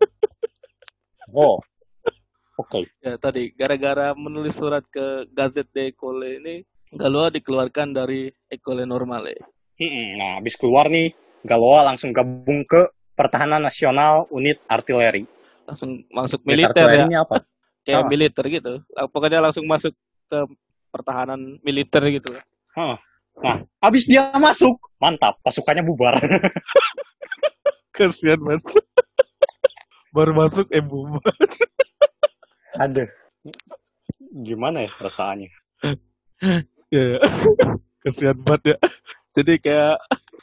Oh. Oke. Okay. Ya tadi gara-gara menulis surat ke Gazette des Écoles ini Galois dikeluarkan dari École Normale. Hmm, nah, habis keluar nih Galois langsung gabung ke Pertahanan Nasional Unit Artileri. Langsung masuk militer ya. Apa? Kayak ah. militer gitu. Pokoknya langsung masuk ke pertahanan militer gitu. Huh. Nah, habis dia masuk, mantap, pasukannya bubar. Kasian mas. Baru masuk, eh bubar. Aduh. Gimana ya perasaannya? Ya, kasian banget ya. Jadi kayak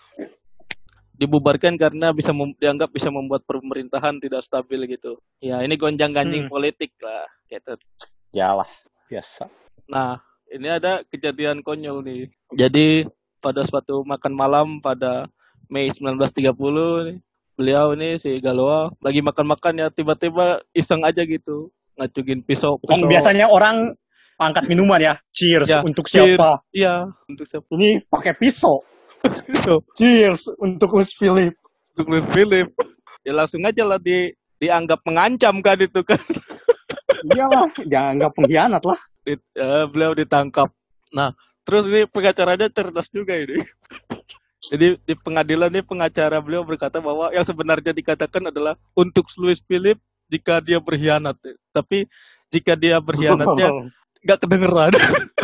dibubarkan karena bisa mem- dianggap bisa membuat pemerintahan tidak stabil gitu. Ya ini gonjang-ganjing hmm. politik lah, gitu. Yalah, biasa. Nah, ini ada kejadian konyol nih. Jadi pada suatu makan malam pada Mei sembilan belas tiga puluh, nih, beliau ini si Galois lagi makan-makan ya tiba-tiba iseng aja gitu ngacungin pisau. pisau. Kan biasanya orang angkat minuman ya. Cheers Ya, untuk cheers. siapa? Iya, untuk siapa? Ini pakai pisau. So, Cheers untuk Luis Philip. untuk Luis Philip. Ya langsung aja lah di dianggap mengancam kan itu kan. Iyalah, dianggap pengkhianat lah. Di, ya, beliau ditangkap. Nah, terus ini pengacaranya cerdas juga ini. Jadi di pengadilan ini pengacara beliau berkata bahwa yang sebenarnya dikatakan adalah untuk Luis Philip jika dia berkhianat. Tapi jika dia berkhianatnya nggak kedengeran.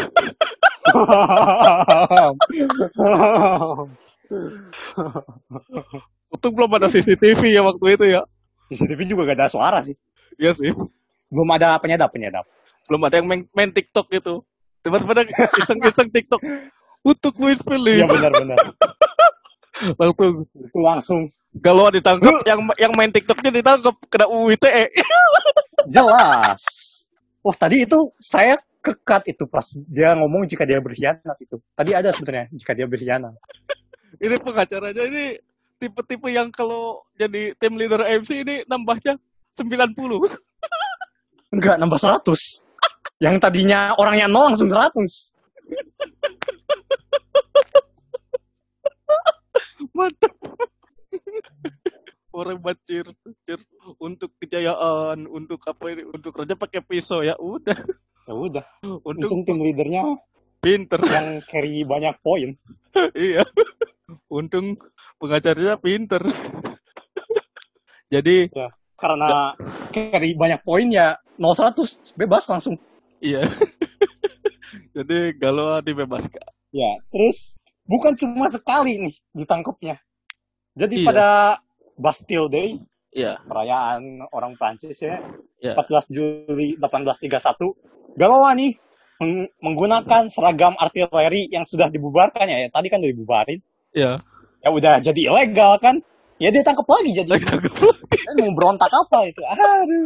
Untung belum ada C C T V ya waktu itu ya. C C T V juga gak ada suara sih. Iya sih. Belum ada penyadap penyadap. Belum ada yang main, main TikTok gitu. Tiba-tiba iseng-iseng TikTok untuk Luis Philip. Iya benar-benar. Langsung Itu langsung kalau ditangkap yang yang main TikToknya ditangkap kena U I T E. jelas. Oh tadi itu saya kekat itu pas dia ngomong jika dia berkhianat itu. Tadi ada sebenarnya jika dia berkhianat. Ini pengacaranya ini tipe-tipe yang kalau jadi tim leader M C ini nambahnya sembilan puluh. Enggak, nambah seratus. Yang tadinya orangnya nol langsung seratus. Mantap. Orang buat cheers, cheers untuk kejayaan, untuk apa ini, untuk kerja pakai pisau ya udah. Ya udah. Untuk Untung tim leadernya pinter. yang carry banyak poin. Iya. Untung pengacaranya pinter. Jadi Ya, karena carry banyak poin ya nol seratus bebas langsung. iya. Jadi Galoa dibebaskan. Ya, terus bukan cuma sekali nih ditangkapnya. Jadi Iya. pada Bastille Day, Iya. perayaan orang Prancis ya, Iya. empat belas Juli delapan belas tiga puluh satu, Galoa nih meng- menggunakan seragam artileri yang sudah dibubarkan ya, ya. Tadi kan udah dibubarin. Iya. Ya udah jadi ilegal kan. Ya dia tangkap lagi jadi. Lagi tangkap lagi. Eh, mau berontak apa itu? Aduh.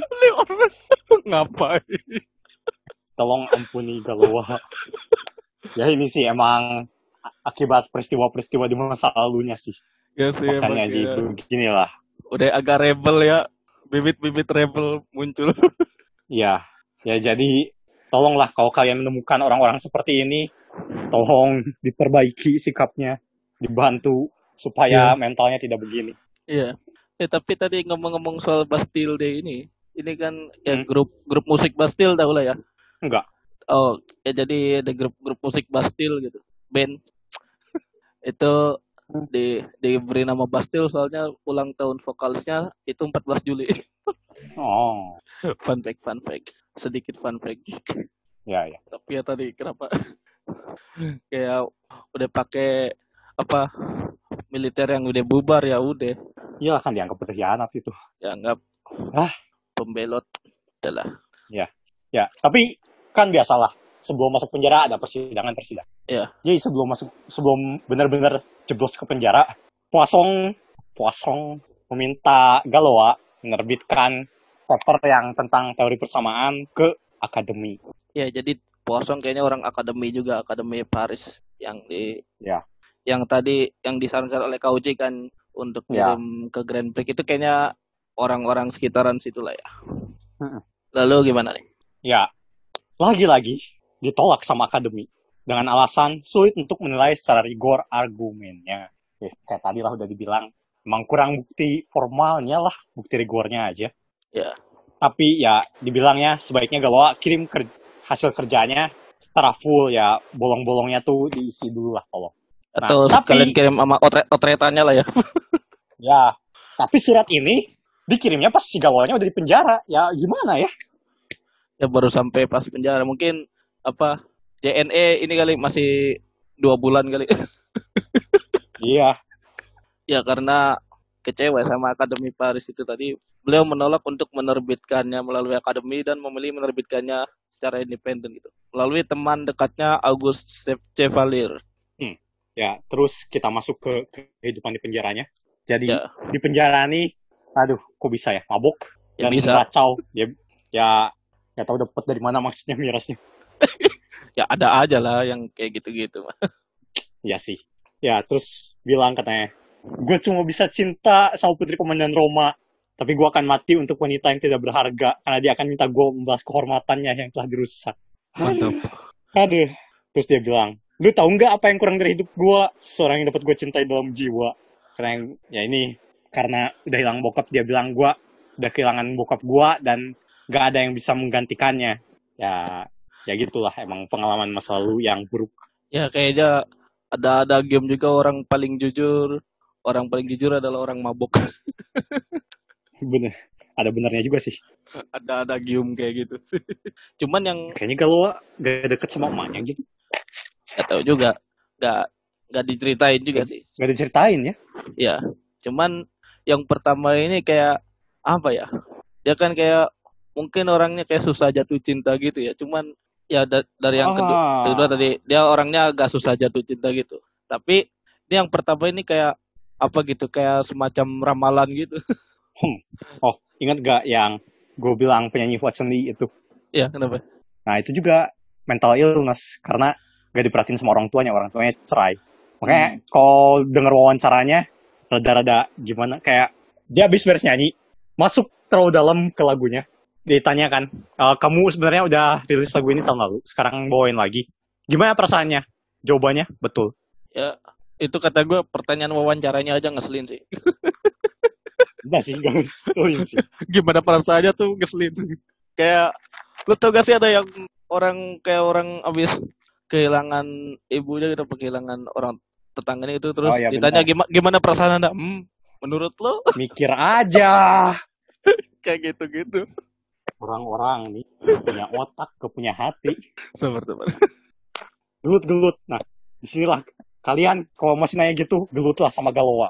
Ngapain? Tolong ampuni Galoa. Ya ini sih emang akibat peristiwa-peristiwa di masa lalunya sih. Ya sih, Makanya emang jadi ya. beginilah. Udah agak rebel ya. Bibit-bibit rebel muncul. Ya, ya jadi tolonglah kalau kalian menemukan orang-orang seperti ini, tolong diperbaiki sikapnya, dibantu supaya Iya. mentalnya tidak begini. Iya. Eh tapi tadi ngomong-ngomong soal Bastille Day ini, ini kan ya Hmm. grup grup musik Bastille tau lah ya. Enggak. Oh, ya jadi ada grup-grup musik Bastille gitu. Band itu di diberi nama Bastille soalnya ulang tahun vokalisnya itu empat belas Juli. Oh, Fun fact, fun fact. Sedikit fun fact. ya ya. Tapi ya tadi kenapa kayak udah pakai apa militer yang udah bubar ya udah Iya kan dianggap berkhianat itu. ya anggap Ah. pembelot adalah Ya, ya. Tapi kan biasalah sebelum masuk penjara ada persidangan persidangan. ya Jadi sebelum masuk sebelum benar-benar jeblos ke penjara, Poisson Poisson meminta Galoa menerbitkan paper yang tentang teori persamaan ke akademi. ya jadi Poisson kayaknya orang akademi juga, akademi Paris yang di Ya. yang tadi yang disarankan oleh K U J kan untuk Ya. kirim ke Grand Prix itu kayaknya orang-orang sekitaran situ lah ya. Mm-mm. Lalu gimana nih? Ya, lagi-lagi ditolak sama akademi dengan alasan sulit untuk menilai secara rigor argumennya. Eh, kayak tadi lah udah dibilang, emang kurang bukti formalnya lah, bukti rigornya aja. Ya. Tapi ya dibilangnya sebaiknya Galoa kirim ker- hasil kerjanya secara full ya, bolong-bolongnya tuh diisi dulu lah tolong. Nah, Atau tapi- sekalian kirim sama otre- otretannya lah ya. Ya, tapi surat ini dikirimnya pas si Galoanya udah di penjara. Ya gimana ya? Ya baru sampai pas penjara mungkin apa J N E ini kali masih dua bulan kali. Iya, Ya karena kecewa sama Akademi Paris itu tadi, beliau menolak untuk menerbitkannya melalui akademi dan memilih menerbitkannya secara independen gitu. Melalui teman dekatnya Auguste Chevalier. ya terus kita masuk ke kehidupan di penjaranya. Jadi Ya, di penjara nih, aduh, kok bisa ya mabuk ya dan bisa. kacau. Ya, ya nggak tahu dapat dari mana maksudnya mirasnya. Ya ada aja lah yang kayak gitu-gitu. Ya sih. Ya terus bilang katanya, gue cuma bisa cinta sama putri komandan Roma, tapi gue akan mati untuk wanita yang tidak berharga karena dia akan minta gue membalas kehormatannya yang telah dirusak. Mantap. Aduh. Terus dia bilang, lu tahu nggak apa yang kurang dari hidup gue? Seorang yang dapat gue cintai dalam jiwa. Karena yang, ya ini, karena udah hilang bokap, dia bilang gue udah kehilangan bokap gue dan nggak ada yang bisa menggantikannya. Ya, ya gitulah emang pengalaman masa lalu yang buruk. Ya kayaknya ada ada game juga orang paling jujur. Orang paling jujur adalah orang mabok. Bener, ada benernya juga sih. ada ada game kayak gitu. Cuman yang Kayaknya kalau gak deket sama emaknya gitu. nggak tahu juga, nggak nggak diceritain juga sih. Gak diceritain ya. Ya, cuman yang pertama ini kayak apa ya? Dia kan kayak mungkin orangnya kayak susah jatuh cinta gitu ya. Cuman ya da- dari yang kedua, kedua Ah. tadi dia orangnya agak susah jatuh cinta gitu. Tapi ini yang pertama ini kayak apa gitu, kayak semacam ramalan gitu. Hmm. Oh, ingat gak yang gue bilang penyanyi Watson Lee itu? Ya, kenapa? Nah, itu juga mental illness karena gak diperhatiin sama orang tuanya, orang tuanya cerai. Makanya Hmm. kalau denger wawancaranya rada-rada gimana, kayak dia habis beres nyanyi, masuk terlalu dalam ke lagunya. Ditanyakan, e, kamu sebenarnya udah rilis lagu ini tahun lalu, sekarang bawain lagi. Gimana perasaannya? Jawabannya, betul. Ya, itu kata gue pertanyaan wawancaranya aja ngeselin sih. Enggak sih, gak ngeselin sih. Gimana perasaannya tuh ngeselin sih. Kayak lu tau gak sih ada yang orang kayak orang abis kehilangan ibunya gitu, kehilangan orang tetangganya itu, terus Oh ya ditanya benar. gimana gimana perasaan anda, hmm, menurut lo Mikir aja. kayak gitu-gitu. Orang-orang nih punya otak, gak punya hati. Seperti itu. Gelut-gelut. Nah, disinilah kalian kalau masih nanya gitu, gelutlah sama Galowa.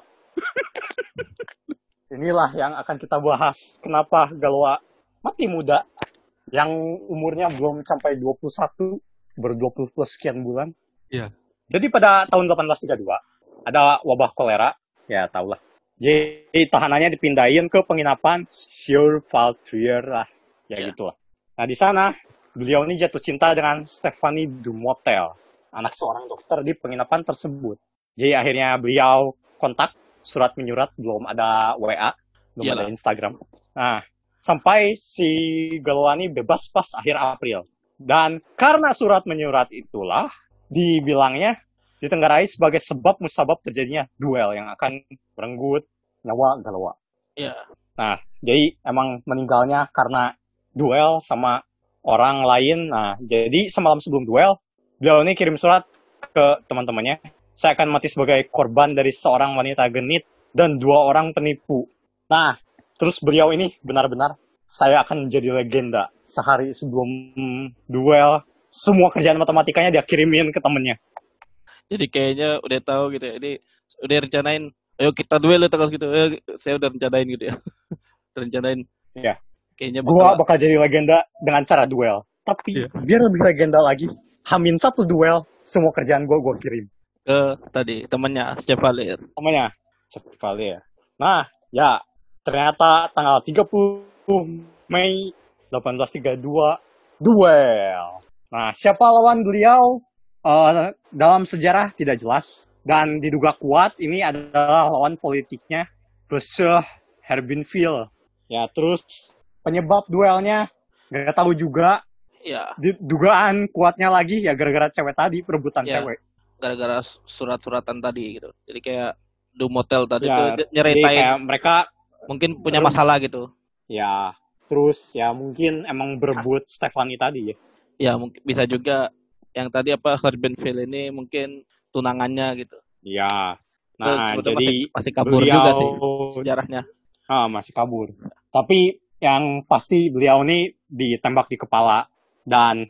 Inilah yang akan kita bahas. Kenapa Galowa mati muda, yang umurnya belum sampai dua puluh satu, baru dua puluh plus sekian bulan. Iya. Jadi pada tahun delapan belas tiga puluh dua, ada wabah kolera. Ya, tahulah. Jadi tahanannya dipindahin ke penginapan Survaltrier lah. Ya, Ya. gitulah. Nah, di sana beliau ini jatuh cinta dengan Stephanie Dumotel, anak seorang dokter di penginapan tersebut. Jadi akhirnya beliau kontak, surat menyurat, belum ada W A, belum Iyalah. ada Instagram. Nah, sampai si Galowa ini bebas pas akhir April. Dan karena surat menyurat itulah, dibilangnya, ditenggarai sebagai sebab musabab terjadinya duel yang akan merenggut nyawa Galowa. Iya. Nah, jadi emang meninggalnya karena duel sama orang lain. Nah, jadi semalam sebelum duel, beliau ini kirim surat ke teman-temannya. Saya akan mati sebagai korban dari seorang wanita genit dan dua orang penipu. Nah, terus beliau ini benar-benar, saya akan menjadi legenda. Sehari sebelum duel, semua kerjaan matematikanya dia kirimin ke temennya. Jadi kayaknya udah tahu gitu ya. Ini udah rencanain, ayo kita duel ya tanggal gitu. Ayo, saya udah rencanain gitu ya. rencanain. Ya. Kayaknya Gua bakal bakal jadi legenda dengan cara duel. Tapi Iya. biar lebih legenda lagi, hamin satu duel, semua kerjaan gua gua kirim ke tadi temannya Chevalier. namanya Chevalier. Nah, ya ternyata tanggal tiga puluh Mei delapan belas tiga puluh dua duel. Nah, siapa lawan beliau? Uh, dalam sejarah tidak jelas dan diduga kuat ini adalah lawan politiknya Russell Herbinville. Ya, terus penyebab duelnya nggak tahu juga. Ya. Dugaan kuatnya lagi ya gara-gara cewek tadi, perebutan Ya. cewek. Gara-gara surat-suratan tadi gitu. Jadi kayak Dumotel tadi Ya, tuh nyeritain kayak mereka mungkin punya masalah gitu. Ya, terus ya mungkin emang berebut Stephanie tadi ya. Ya, mungkin bisa juga yang tadi apa Herbinville ini mungkin tunangannya gitu. Ya. Nah, Terus, jadi masih, masih kabur beliau, juga sih sejarahnya. Ah, masih kabur. Tapi yang pasti beliau ini ditembak di kepala dan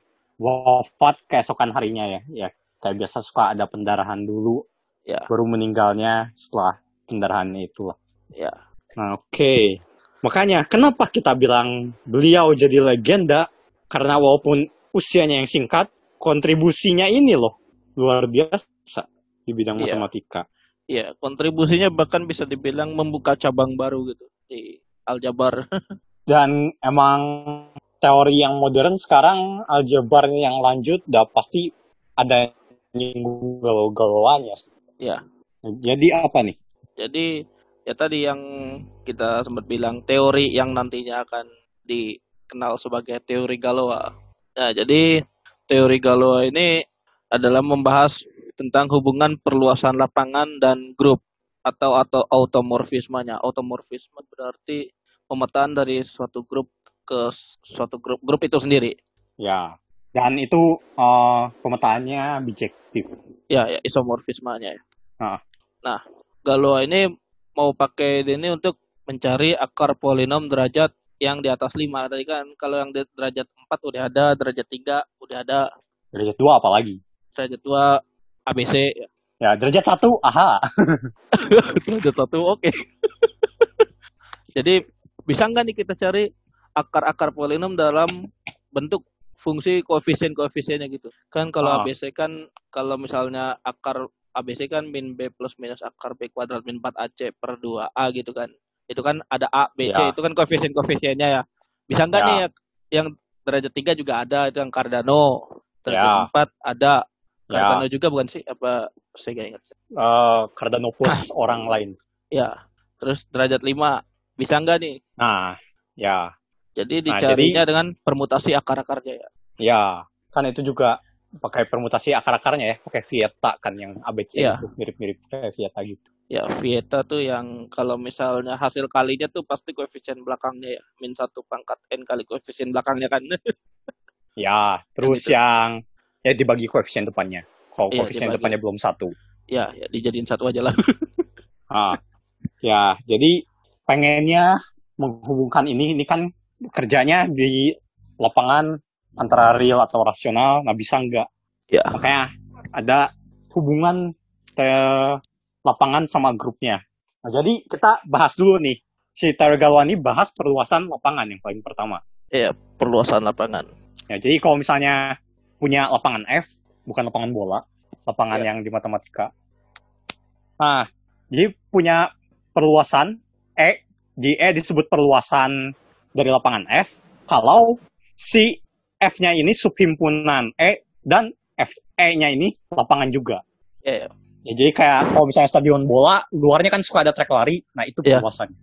wafat keesokan harinya ya. Ya, kayak biasa suka ada pendarahan dulu. Ya. Baru meninggalnya setelah pendarahannya itulah. Ya. Nah, oke. Okay. Makanya kenapa kita bilang beliau jadi legenda? Karena walaupun usianya yang singkat, kontribusinya ini loh luar biasa di bidang Iya. matematika. Iya, kontribusinya bahkan bisa dibilang membuka cabang baru gitu di aljabar. Dan emang teori yang modern sekarang, aljabar yang lanjut udah pasti ada nyinggung galau-galauannya. Iya. Jadi apa nih? Jadi ya tadi yang kita sempat bilang teori yang nantinya akan dikenal sebagai teori Galois. Nah, jadi teori Galois ini adalah membahas tentang hubungan perluasan lapangan dan grup atau atau automorfismenya. Automorfisme berarti pemetaan dari suatu grup ke suatu grup grup itu sendiri. Ya. Dan itu uh, pemetaannya bijektif. Ya, ya isomorfismenya ya. Nah. Nah, Galois ini mau pakai ini untuk mencari akar polinom derajat yang di atas lima. Tadi kan kalau yang di derajat empat udah ada, derajat tiga udah ada. Derajat dua apalagi? Derajat dua A B C. Ya, ya derajat satu, aha. derajat satu, oke. Okay. Jadi, bisa nggak nih kita cari akar-akar polinom dalam bentuk fungsi koefisien-koefisiennya gitu. Kan kalau ah. A B C kan, kalau misalnya akar A B C kan min B plus minus akar B kuadrat min empat A C per dua A gitu kan. Itu kan ada A, B, C, ya. Itu kan koefisien-koefisiennya ya. Bisa nggak ya. nih ya, yang derajat tiga juga ada, itu yang Cardano. Derajat ya. empat ada. Cardano ya. juga bukan sih? Apa saya nggak ingat. Uh, Cardano plus orang lain. Ya. Terus derajat lima. Bisa nggak nih? Nah, ya. Jadi dicarinya nah, jadi, dengan permutasi akar-akarnya ya. Ya, kan itu juga pakai permutasi akar-akarnya ya, pakai Vieta kan yang A B C ya. Itu mirip-mirip kayak Vieta gitu. Ya, Vieta tuh yang kalau misalnya hasil kalinya tuh pasti koefisien belakangnya ya, min satu pangkat N kali koefisien belakangnya kan. Ya, terus gitu. Yang ya dibagi koefisien depannya. Kalau ya, koefisien dibagi. Depannya belum satu. Ya, ya dijadiin satu aja lah. Ah, ya, jadi pengennya menghubungkan ini, ini kan kerjanya di lapangan antara real atau rasional, nah bisa nggak? Ya. Makanya ada hubungan te- lapangan sama grupnya. Nah, jadi kita bahas dulu nih, si teori Galois ini bahas perluasan lapangan yang paling pertama. Iya, perluasan lapangan. Ya, jadi kalau misalnya punya lapangan F, bukan lapangan bola, lapangan ya. Yang di matematika. Nah, jadi punya perluasan E, di E disebut perluasan dari lapangan F, kalau si F-nya ini subhimpunan E dan F E-nya ini lapangan juga. Yeah, yeah. Ya, jadi kayak kalau misalnya stadion bola, luarnya kan suka ada trek lari, nah itu perluasannya.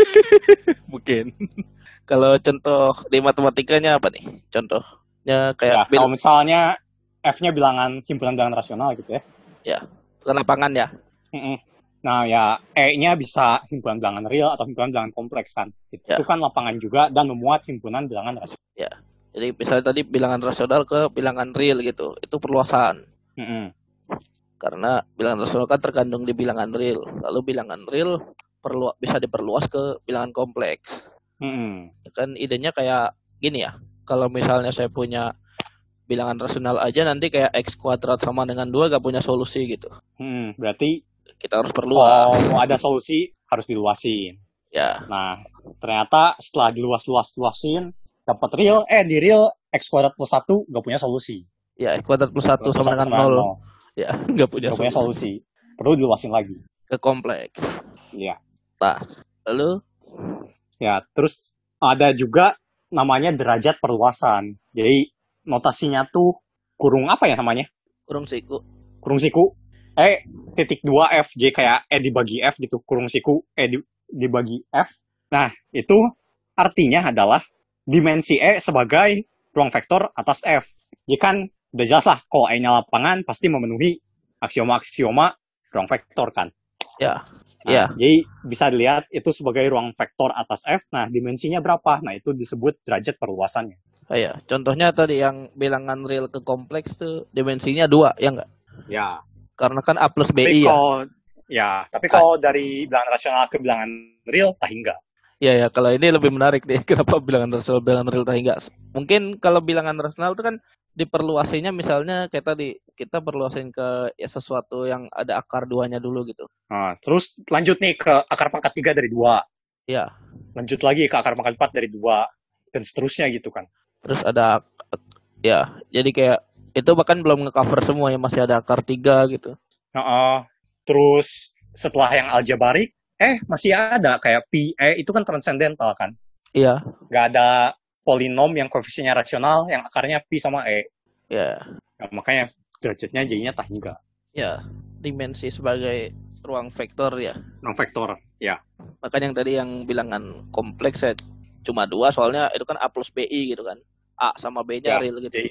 Yeah. Mungkin. Kalau contoh di matematikanya apa nih? Contohnya kayak... Ya, bil- kalau misalnya F-nya bilangan himpunan bilangan rasional gitu ya. Ya, bukan lapangan ya. Mm-mm. Nah ya, E-nya bisa himpunan bilangan real atau himpunan bilangan kompleks kan. Itu ya. Kan lapangan juga dan memuat himpunan bilangan rasional. Ya, jadi misalnya tadi bilangan rasional ke bilangan real gitu, itu perluasan. Mm-mm. Karena bilangan rasional kan terkandung di bilangan real. Lalu bilangan real perlu bisa diperluas ke bilangan kompleks. Mm-mm. Kan idenya kayak gini ya, kalau misalnya saya punya bilangan rasional aja nanti kayak X kuadrat sama dengan dua gak punya solusi gitu. Hmm, berarti kita harus perluas. Oh, mau ada solusi harus diluasin. Ya. Nah, ternyata setelah diluas-luas-luasin dapat real, eh di real X kuadrat plus satu gak punya solusi. Ya, X kuadrat plus satu sama dengan nol. Ya, gak punya gak solusi. punya solusi. Perlu diluasin lagi. Ke kompleks. Iya. Nah, lalu? Ya, terus ada juga namanya derajat perluasan. Jadi notasinya tuh kurung apa ya namanya? Kurung siku. Kurung siku. E titik dua F J kayak E dibagi F gitu. Kurung siku E di, dibagi F. Nah, itu artinya adalah dimensi E sebagai ruang vektor atas F. Jadi kan udah jelas lah kalau E-nya lapangan pasti memenuhi aksioma-aksioma ruang vektor kan. Ya. Nah, ya. Jadi bisa dilihat itu sebagai ruang vektor atas F. Nah, dimensinya berapa? Nah, itu disebut derajat perluasannya. Oh ya, contohnya tadi yang bilangan real ke kompleks tuh dimensinya dua, ya enggak? Ya. Karena kan A plus B I tapi kalau, ya. Ya, tapi kalau ah. dari bilangan rasional ke bilangan real, tah enggak. Iya ya, kalau ini lebih menarik nih. Kenapa bilangan rasional, bilangan real tah enggak? Mungkin kalau bilangan rasional itu kan diperluasinya misalnya kayak tadi, kita perluasin ke ya, sesuatu yang ada akar duanya dulu gitu. Nah, terus lanjut nih ke akar pangkat tiga dari dua. Iya. Lanjut lagi ke akar pangkat empat dari dua. Dan seterusnya gitu kan. Terus ada, ya, jadi kayak, itu bahkan belum nge-cover semua ya, masih ada akar tiga gitu. Uh-uh. Terus setelah yang aljabarik, eh masih ada kayak pi, eh itu kan transcendental kan? Iya. Gak ada polinom yang koefisiennya rasional, yang akarnya pi sama e. Iya. Nah, makanya derajatnya jadinya tah hingga. Ya, dimensi sebagai ruang vektor ya. Ruang vektor, ya. Makanya yang tadi yang bilangan kompleks ya, cuma dua soalnya itu kan A plus B I gitu kan. A sama B-nya ya, real gitu. Jadi,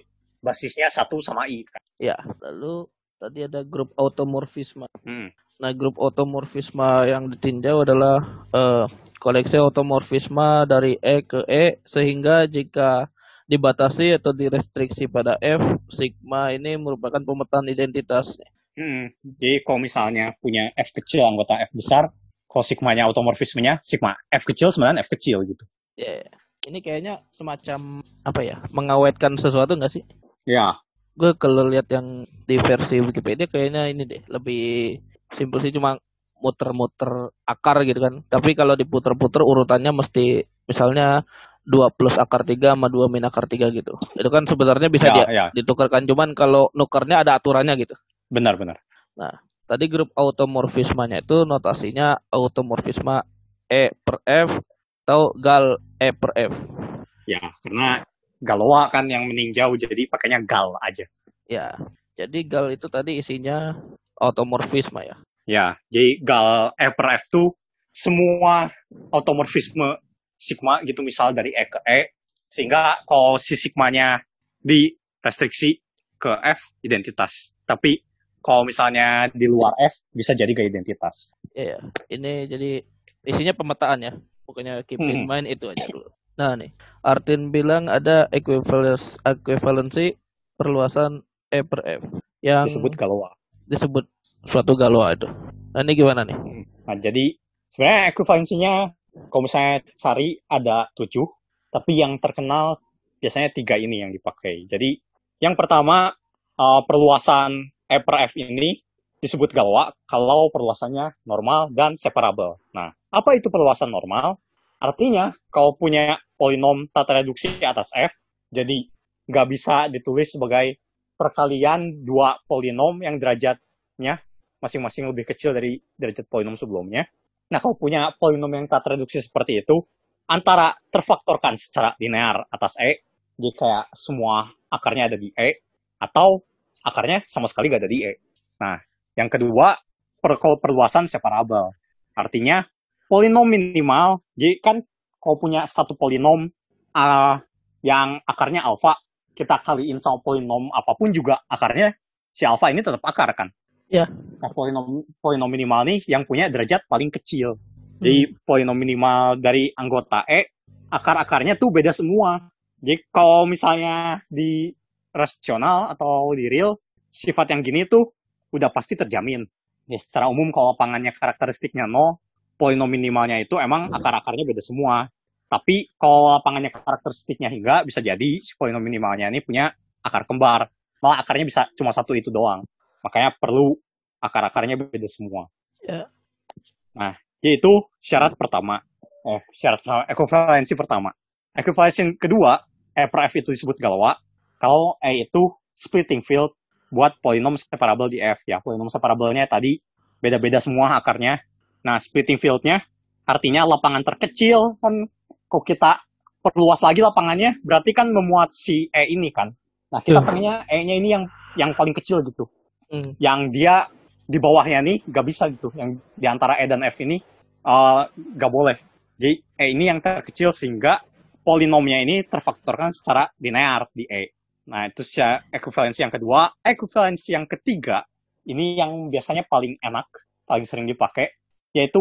basisnya satu sama I kan. Ya, lalu tadi ada grup automorfisme. Hmm. Nah, grup automorfisme yang ditinjau adalah uh, koleksi automorfisme dari E ke E, sehingga jika dibatasi atau direstriksi pada F, sigma ini merupakan pemetaan identitas. Hmm. Jadi kalau misalnya punya F kecil anggota F besar, kalau sigmanya automorfismenya sigma F kecil sebenarnya F kecil gitu. Ya, yeah. Ini kayaknya semacam apa ya, mengawetkan sesuatu nggak sih? Ya. Gue kalau lihat yang di versi Wikipedia kayaknya ini deh lebih simpel sih, cuma muter-muter akar gitu kan. Tapi kalau diputer-puter urutannya mesti misalnya dua plus akar tiga sama dua min akar tiga gitu. Itu kan sebenarnya bisa ya, dia ya. ditukarkan, cuman kalau nukernya ada aturannya gitu. Benar-benar. Nah, tadi grup automorfismanya itu notasinya automorfisme E per F atau gal E per F. Ya, karena Galois kan yang meninjau, jadi pakainya gal aja. Ya, jadi gal itu tadi isinya automorfisme ya. Ya, jadi gal E per F tuh semua automorfisme sigma gitu, misal dari E ke E, sehingga kalau si sigmanya direstriksi ke F, identitas. Tapi kalau misalnya di luar F, bisa jadi gak identitas. Iya, ini jadi isinya pemetaan ya. Pokoknya keep in mind itu aja dulu. Nah nih, Artin bilang ada equivalence, equivalensi perluasan E per F yang disebut Galois. Disebut suatu Galois itu. Nah ini gimana nih? Nah jadi sebenarnya equivalensinya kalau misalnya cari ada tujuh, tapi yang terkenal biasanya tiga ini yang dipakai. Jadi yang pertama uh, perluasan E per F ini disebut Galois kalau perluasannya normal dan separable. Nah, apa itu perluasan normal? Artinya, kalau punya polinom tata reduksi atas F, jadi nggak bisa ditulis sebagai perkalian dua polinom yang derajatnya masing-masing lebih kecil dari derajat polinom sebelumnya. Nah, kalau punya polinom yang tata reduksi seperti itu, antara terfaktorkan secara linear atas E, jadi kayak semua akarnya ada di E, atau akarnya sama sekali nggak ada di E. Nah, yang kedua, per- kalau perluasan separable. Artinya, polinom minimal, jadi kan kalau punya satu polinom uh, yang akarnya alfa, kita kaliin sama polinom apapun juga akarnya, si alfa ini tetap akar kan? Ya. Nah, polinom, polinom minimal nih yang punya derajat paling kecil. Jadi hmm. polinom minimal dari anggota E, akar-akarnya tuh beda semua. Jadi kalau misalnya di rasional atau di real, sifat yang gini tuh udah pasti terjamin. Ya, secara umum kalau lapangannya karakteristiknya nol, polinom minimalnya itu emang akar-akarnya beda semua. Tapi kalau lapangannya karakteristiknya hingga, bisa jadi si polinom minimalnya ini punya akar kembar. Malah akarnya bisa cuma satu itu doang. Makanya perlu akar-akarnya beda semua. Ya. Nah, yaitu syarat pertama. Eh, syarat ekuivalensi pertama. Ekuivalensi kedua, E per F itu disebut Galois. Kalau E itu splitting field buat polinom separable di F ya. Polinom separable-nya tadi beda-beda semua akarnya. Nah, splitting field-nya artinya lapangan terkecil kan. Kalau kita perluas lagi lapangannya, berarti kan memuat si E ini kan. Nah, kita hmm. pengennya E-nya ini yang yang paling kecil gitu. Hmm. Yang dia di bawahnya nih gak bisa gitu. Yang di antara E dan F ini uh, gak boleh. Jadi E ini yang terkecil sehingga polinomnya ini terfaktorkan secara linear di E. Nah, itu ekuivalensi yang kedua. Ekuivalensi yang ketiga, ini yang biasanya paling enak, paling sering dipakai, yaitu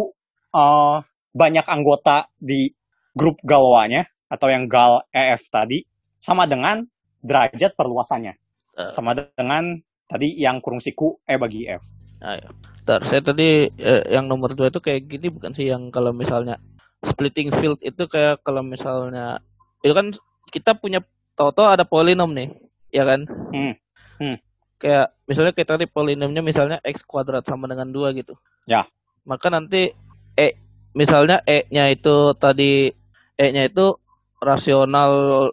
uh, banyak anggota di grup Galois-nya, atau yang gal E F tadi, sama dengan derajat perluasannya. Sama dengan tadi yang kurung siku E bagi F. Nah, ya. Bentar, saya tadi eh, yang nomor dua itu kayak gini bukan sih, yang kalau misalnya splitting field itu kayak kalau misalnya, itu kan kita punya tahu-tahu ada polinom nih, ya kan? Hmm. Hmm. Kayak misalnya kita tadi polinomnya misalnya x kuadrat sama dengan dua gitu. Ya. Maka nanti E, misalnya E-nya itu tadi, E-nya itu rasional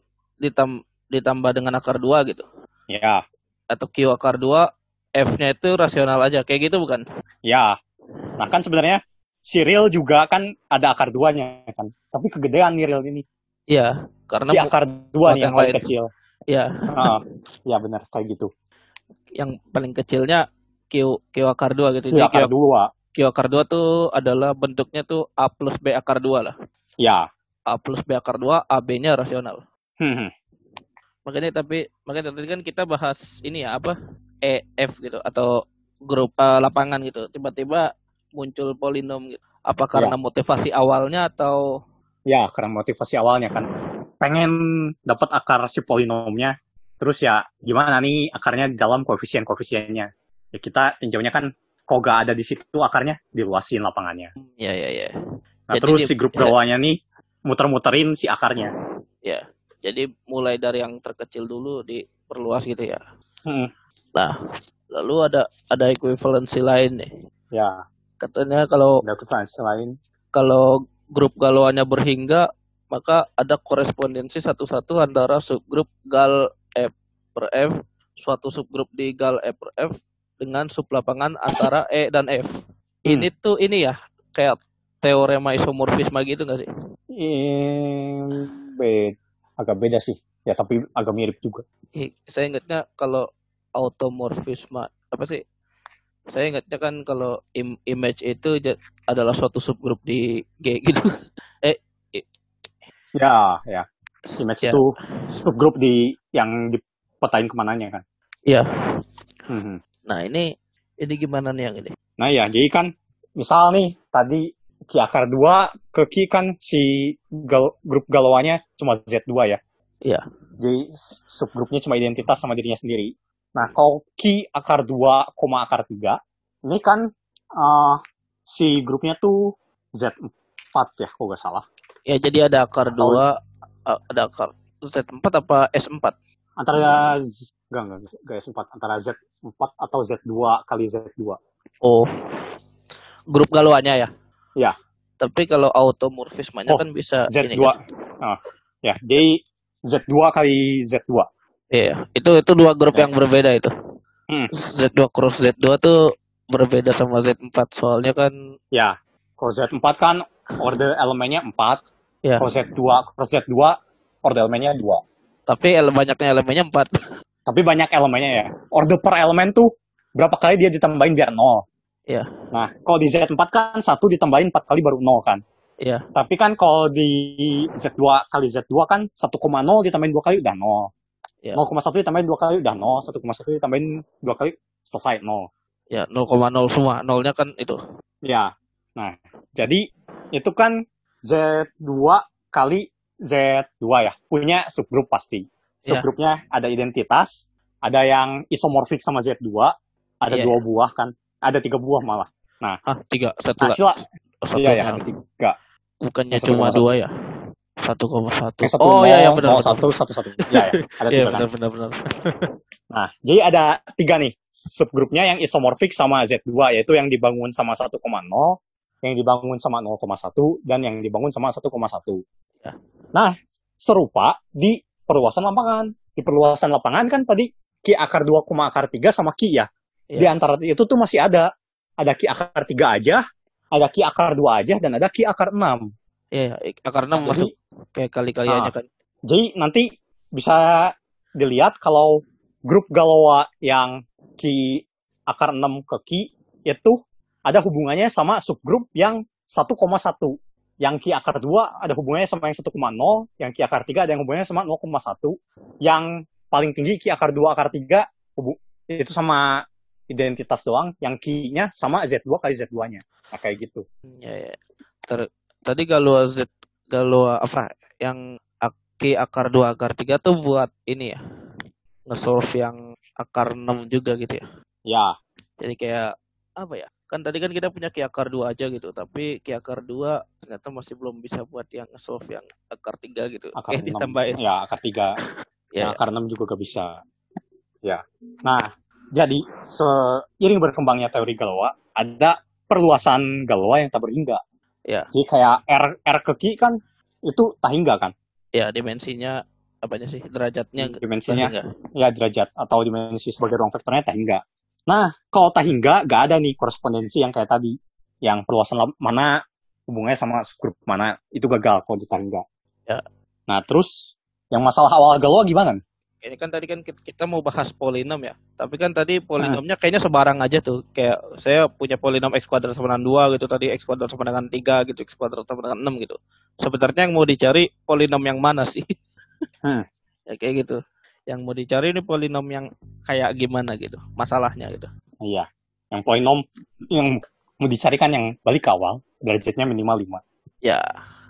ditam, ditambah dengan akar dua gitu. Ya. Atau Q akar dua, F-nya itu rasional aja. Kayak gitu bukan? Ya. Nah kan sebenarnya si real juga kan ada akar duanya kan. Tapi kegedean nih real ini. Iya, karena si akar dua nih yang paling lain. Kecil. Iya. Uh, ya benar kayak gitu. Yang paling kecilnya Q Q akar dua gitu. Q akar dua. Q akar dua tuh adalah bentuknya tuh A plus B akar dua lah. Ya. A plus B akar dua, A B-nya rasional. Hmm. Makanya tapi makanya tadi kan kita bahas ini ya apa E F gitu atau grup uh, lapangan gitu. Tiba-tiba muncul polinom gitu. Apa Ya, karena motivasi awalnya atau ya karena motivasi awalnya kan pengen dapat akar si polinomnya. Terus ya gimana nih akarnya di dalam koefisien-koefisiennya. Ya kita tinjaunya kan kok gak ada di situ akarnya, diluasin lapangannya. ya ya ya. Nah Jadi terus di si grup ya, gawanya nih muter-muterin si akarnya. ya. Jadi mulai dari yang terkecil dulu diperluas gitu ya. Hmm, Nah, lalu ada ada equivalency lain nih. ya, Katanya kalau ada equivalency lain. kalau grup galauannya berhingga, maka ada korespondensi satu-satu antara subgrup gal E per F, suatu subgrup di gal E per F dengan sublapangan antara E dan F. Hmm. Ini tuh ini ya, kayak teorema isomorfisme gitu nggak sih? Hmm, beda, agak beda sih. Ya tapi agak mirip juga. Ih, saya ingatnya kalau automorfisme apa sih? Saya ingatnya kan kalau im- image itu ja- adalah suatu subgrup di G gitu. eh, i- Ya, ya. s- Image ya, itu subgrup di yang dipetain kemananya kan. ya. Hmm. Nah ini ini gimana nih yang ini? Nah ya, jadi kan misal nih tadi Ki akar dua ke Ki kan si gal, grup galauannya cuma Z dua ya. Iya. Jadi subgrupnya cuma identitas sama dirinya sendiri. Nah, kalau Ki akar dua, akar tiga, ini kan uh, si grupnya tuh Z empat ya, kalau nggak salah. Ya jadi ada akar Atau dua, ada akar Z empat apa S empat? antara enggak, enggak, enggak S empat, antara Z empat atau Z dua kali Z dua. Oh, grup galauannya ya. Ya. Tapi kalau automorfismenya Oh, kan bisa Z dua. ini kan. Oh, ya, jadi Z dua kali Z dua. Iya, itu itu dua grup Ya. yang berbeda itu. Hmm. Z dua cross Z dua tuh berbeda sama Z empat soalnya kan. Ya, kalau Z empat kan order elemennya empat. Ya. Kalau Z dua cross Z dua order elemennya dua. Tapi ele- banyaknya elemennya empat. Tapi banyak elemennya ya. Order per elemen tuh berapa kali dia ditambahin biar nol. Iya. Nah, kalau di Z empat kan satu ditambahin empat kali baru nol kan. Iya. Tapi kan kalau di Z dua kali Z dua kan satu koma nol ditambahin dua kali udah nol. Ya. nol koma satu ditambahin dua kali udah nol. satu koma satu ditambahin dua kali selesai nol. Ya, nol koma nol semua. Nolnya kan itu. Ya. Nah, jadi itu kan Z dua kali Z dua ya. Punya subgrup pasti. Subgrupnya ya. Ada identitas, ada yang isomorfik sama Z dua, ada ya, dua buah kan. Ada tiga buah malah. Nah, ah, tiga, satu nah, sila, satu iya ya, ada tiga. Bukannya yang cuma dua ya? Satu koma satu. Oh iya, ya, benar. Satu, satu, satu. Ya, ya, ada tiga. Benar, benar, benar. Nah, jadi ada tiga nih subgrupnya yang isomorfik sama Z dua, yaitu yang dibangun sama satu koma nol, yang dibangun sama nol koma satu, dan yang dibangun sama satu koma satu. Ya. Nah, serupa di perluasan lapangan. Di perluasan lapangan kan tadi Ki akar dua, akar tiga sama Ki ya. Ya. Di antara itu tuh masih ada. Ada Ki akar tiga aja, ada Ki akar dua aja, dan ada Ki akar enam. Iya, akar enam nah, masuk kayak kali-kaliannya nah, kan. Jadi nanti bisa dilihat kalau grup Galois yang Ki akar enam ke Ki itu ada hubungannya sama subgrup yang satu koma satu. Yang Ki akar dua ada hubungannya sama yang satu koma nol, yang Ki akar tiga ada yang hubungannya sama nol koma satu. Yang paling tinggi Ki akar dua, akar tiga itu sama identitas doang, yang Ki-nya sama Z dua kali Z dua-nya. Nah, kayak gitu. Ya, ya. Ter- tadi Galois Z Galois apa yang Ki akar dua, akar tiga tuh buat ini ya. Nge-solve yang akar enam juga gitu ya. Ya. Jadi kayak apa ya? Kan tadi kan kita punya Ki akar dua aja gitu, tapi Ki akar dua ternyata masih belum bisa buat yang nge-solve yang akar tiga gitu. Akar eh, ditambahin. Ya, akar tiga. Ya, nah, akar enam juga gak bisa. Ya. Nah, jadi seiring berkembangnya teori Galois, ada perluasan Galois yang tak berhingga. Ya. Jadi kayak R R ke Ki kan itu tak hingga kan? Ya, dimensinya apanya sih? Derajatnya dimensinya ya derajat atau dimensi sebagai ruang vektornya tak hingga. Nah, kalau tak hingga gak ada nih korespondensi yang kayak tadi. Yang perluasan mana hubungannya sama subgrup mana itu gagal kalau di tak hingga. Ya. Nah, terus yang masalah awal Galois gimana? Ini kan tadi kan kita mau bahas polinom ya. Tapi kan tadi polinomnya kayaknya sebarang aja tuh. Kayak saya punya polinom X kuadrat sama dengan dua gitu. Tadi X kuadrat sama dengan tiga gitu. X kuadrat sama dengan enam gitu. Sebenarnya yang mau dicari polinom yang mana sih? Hmm. Ya kayak gitu. Yang mau dicari ini polinom yang kayak gimana gitu, masalahnya gitu. Iya. Yang polinom yang mau dicarikan yang balik ke awal, derajatnya minimal lima. Ya.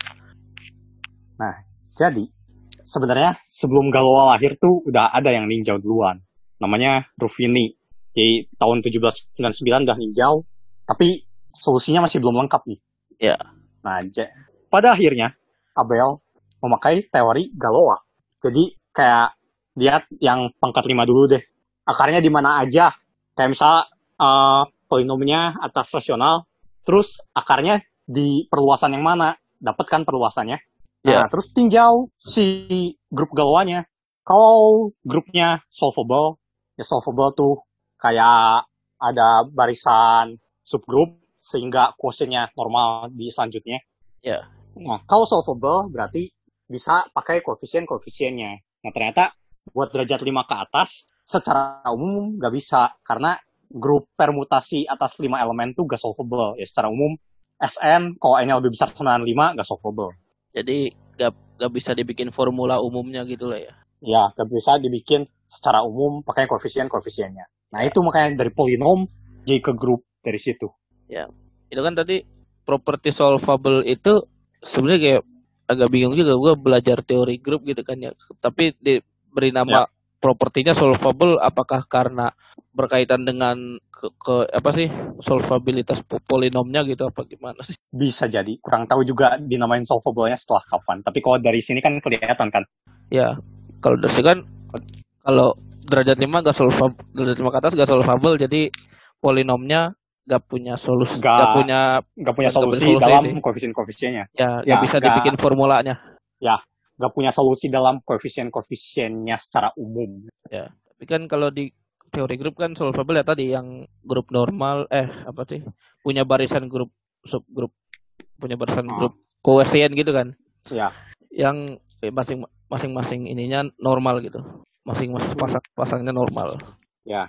Nah, jadi sebenarnya sebelum Galois lahir tuh udah ada yang ninjau duluan. Namanya Ruffini. Di tahun tujuh belas sembilan puluh sembilan udah ninjau, tapi solusinya masih belum lengkap nih. Ya. Nah, j- pada akhirnya Abel memakai teori Galois. Jadi kayak lihat yang pangkat lima dulu deh. Akarnya di mana aja. Kayak misalnya uh, polinomnya atas rasional, terus akarnya di perluasan yang mana. Dapatkan perluasannya. Nah, Ya. terus tinjau si grup Galoisnya. Kalau grupnya solvable, ya solvable tuh kayak ada barisan subgrup sehingga quotientnya normal di selanjutnya. Ya. Nah, kalau solvable berarti bisa pakai koefisien-koefisiennya. Nah, ternyata buat derajat lima ke atas secara umum nggak bisa karena grup permutasi atas lima elemen tuh nggak solvable. Ya, secara umum S N kalau N-nya lebih besar sembilan puluh lima nggak solvable. Jadi gak, gak bisa dibikin formula umumnya gitu lah ya. Ya, nggak bisa dibikin secara umum pakai koefisien-koefisiennya. Nah, Ya. itu makanya dari polinom jadi ke grup dari situ. Ya. Itu kan tadi property solvable itu sebenarnya kayak agak bingung juga, gue belajar teori grup gitu kan ya. Tapi diberi nama Ya. propertinya solvable, apakah karena berkaitan dengan ke, ke apa sih solvabilitas polinomnya gitu apa gimana sih? Bisa jadi, kurang tahu juga dinamain solvable-nya setelah kapan. Tapi kalau dari sini kan kelihatan kan. Ya, kalau dari sini kan kalau derajat lima gak solvable, derajat lima ke atas gak solvable, jadi polinomnya gak punya solusi, gak, Gak, punya gak punya gak solusi, solusi dalam sih. koefisien-koefisiennya. Ya, Ya, gak bisa gak- dibikin formulanya. Ya, gak punya solusi dalam koefisien-koefisiennya secara umum. Ya, tapi kan kalau di teori grup kan solvable ya tadi yang grup normal, eh apa sih, punya barisan grup subgrup, punya barisan Ah. grup koefisien gitu kan, Ya, yang eh, masing masing-masing ininya normal gitu, masing-masing pasang pasangnya normal. ya.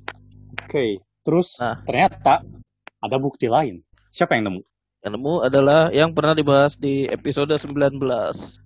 Oke, terus Nah. ternyata ada bukti lain. Siapa yang nemu? Yang nemu adalah yang pernah dibahas di episode sembilan belas.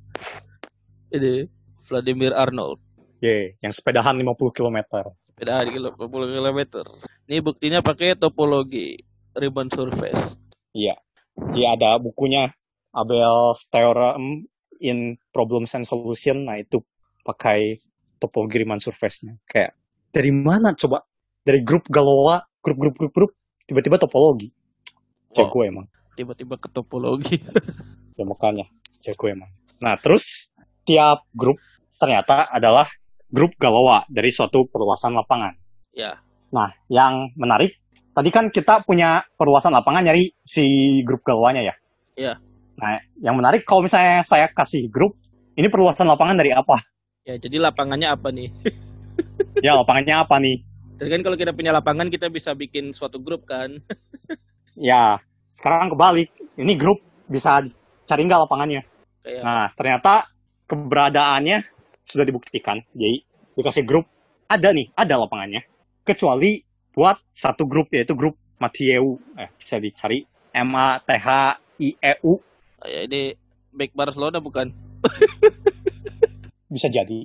Ini Vladimir Arnold. Ye, yang sepedahan lima puluh kilometer. Sepeda lima puluh kilometer. Ini buktinya pakai topologi Riemann surface. Iya. Jadi ada bukunya Abel's Theorem in Problems and Solution. Nah, itu pakai topologi Riemann surface-nya. Kayak dari mana coba? Dari grup Galois, grup-grup-grup-grup, tiba-tiba topologi. Jago Wow. emang. Tiba-tiba ke topologi. Ya makanya, jago emang. Nah, terus tiap grup ternyata adalah grup Galois dari suatu perluasan lapangan. Ya. Nah, yang menarik, tadi kan kita punya perluasan lapangan nyari si grup Galoisnya ya? Ya. Nah, yang menarik kalau misalnya saya kasih grup, ini perluasan lapangan dari apa? Ya, jadi lapangannya apa nih? Ya, lapangannya apa nih? Jadi kan kalau kita punya lapangan, kita bisa bikin suatu grup kan? Ya, sekarang kebalik. Ini grup bisa cari nggak lapangannya? Kayak Nah, ternyata keberadaannya sudah dibuktikan. Jadi, dikasih grup, ada nih, ada lapangannya. Kecuali buat satu grup, yaitu grup Mathieu. Eh, bisa dicari. M A T H I E U. ya ini back Barcelona bukan? Bisa jadi.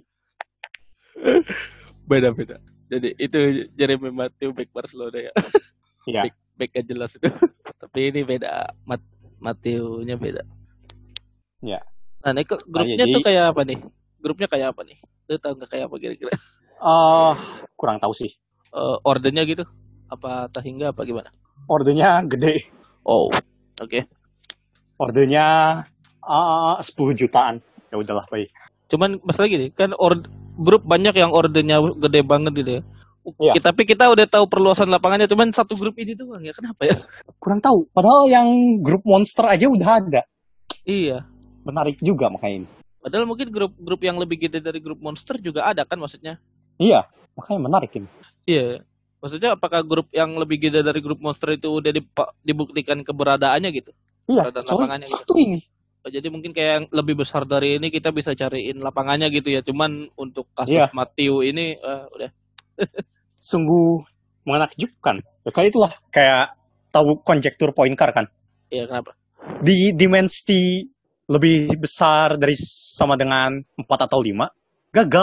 Beda-beda. Jadi itu Jeremy Matthew back Barcelona ya. Iya. Back, back gak jelas itu. Tapi ini beda. Mat Matthew-nya beda. Ya. Nah, ini ke- grupnya Nah, tuh jadi- kayak apa nih? Grupnya kayak apa nih? Lu tahu nggak kayak apa kira-kira? Uh, kurang tahu sih. Uh, ordernya gitu? Apa tahingga apa gimana? Ordernya gede. Oh, oke. Okay. Ordernya uh, sepuluh jutaan. Ya udahlah, baik. Cuman masalah gini, kan or grup banyak yang ordernya gede banget gitu ya. Iya. Kita, tapi kita udah tahu perluasan lapangannya, cuman satu grup ini doang ya. Kenapa ya? Kurang tahu. Padahal yang grup monster aja udah ada. Iya. Menarik juga makanya ini. Padahal mungkin grup-grup yang lebih gede dari grup monster juga ada kan maksudnya? Iya, makanya menarik ini. Iya. Maksudnya apakah grup yang lebih gede dari grup monster itu udah dibuktikan keberadaannya gitu? Iya, Keberadaan soalnya lapangannya satu gitu. ini. Oh, jadi mungkin kayak yang lebih besar dari ini kita bisa cariin lapangannya gitu ya. Cuman untuk kasus Iya. Matthew ini uh, udah. Sungguh menakjubkan. Ya kayak itulah. Kayak tahu konjektur Poincare kan? Iya, kenapa? Di dimensi lebih besar dari sama dengan empat atau lima, gagal.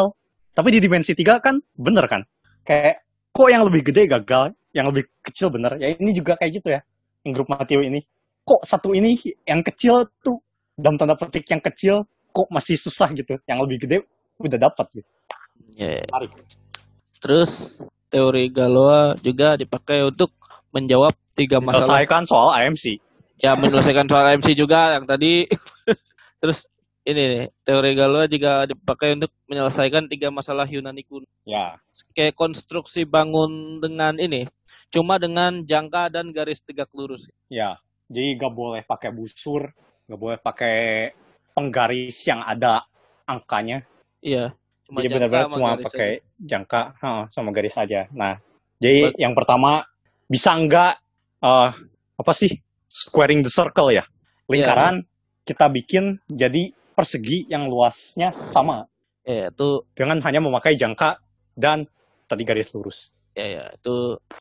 Tapi di dimensi tiga kan bener kan? Kayak kok yang lebih gede gagal, yang lebih kecil bener. Ya ini juga kayak gitu ya. Yang grup Mateo ini. Kok satu ini yang kecil tuh dalam tanda petik yang kecil kok masih susah gitu. Yang lebih gede udah dapat gitu. Ya. Menarik. Terus teori Galois juga dipakai untuk menjawab tiga masalah. Menyelesaikan soal A M C. Ya, menyelesaikan soal A M C juga yang tadi. Terus ini nih, teori Galois juga dipakai untuk menyelesaikan tiga masalah Yunani kuno. Ya. Kayak konstruksi bangun dengan ini, cuma dengan jangka dan garis tegak lurus. Ya, jadi gak boleh pakai busur, gak boleh pakai penggaris yang ada angkanya. Iya. Cuma Jadi benar-benar cuma pakai aja. Jangka huh, sama garis aja. Nah, jadi But, yang pertama bisa nggak uh, apa sih squaring the circle ya? Lingkaran yeah. Kita bikin jadi persegi yang luasnya sama. Ya, yeah, itu dengan hanya memakai jangka dan tadi garis lurus. Ya, yeah, ya, yeah, itu.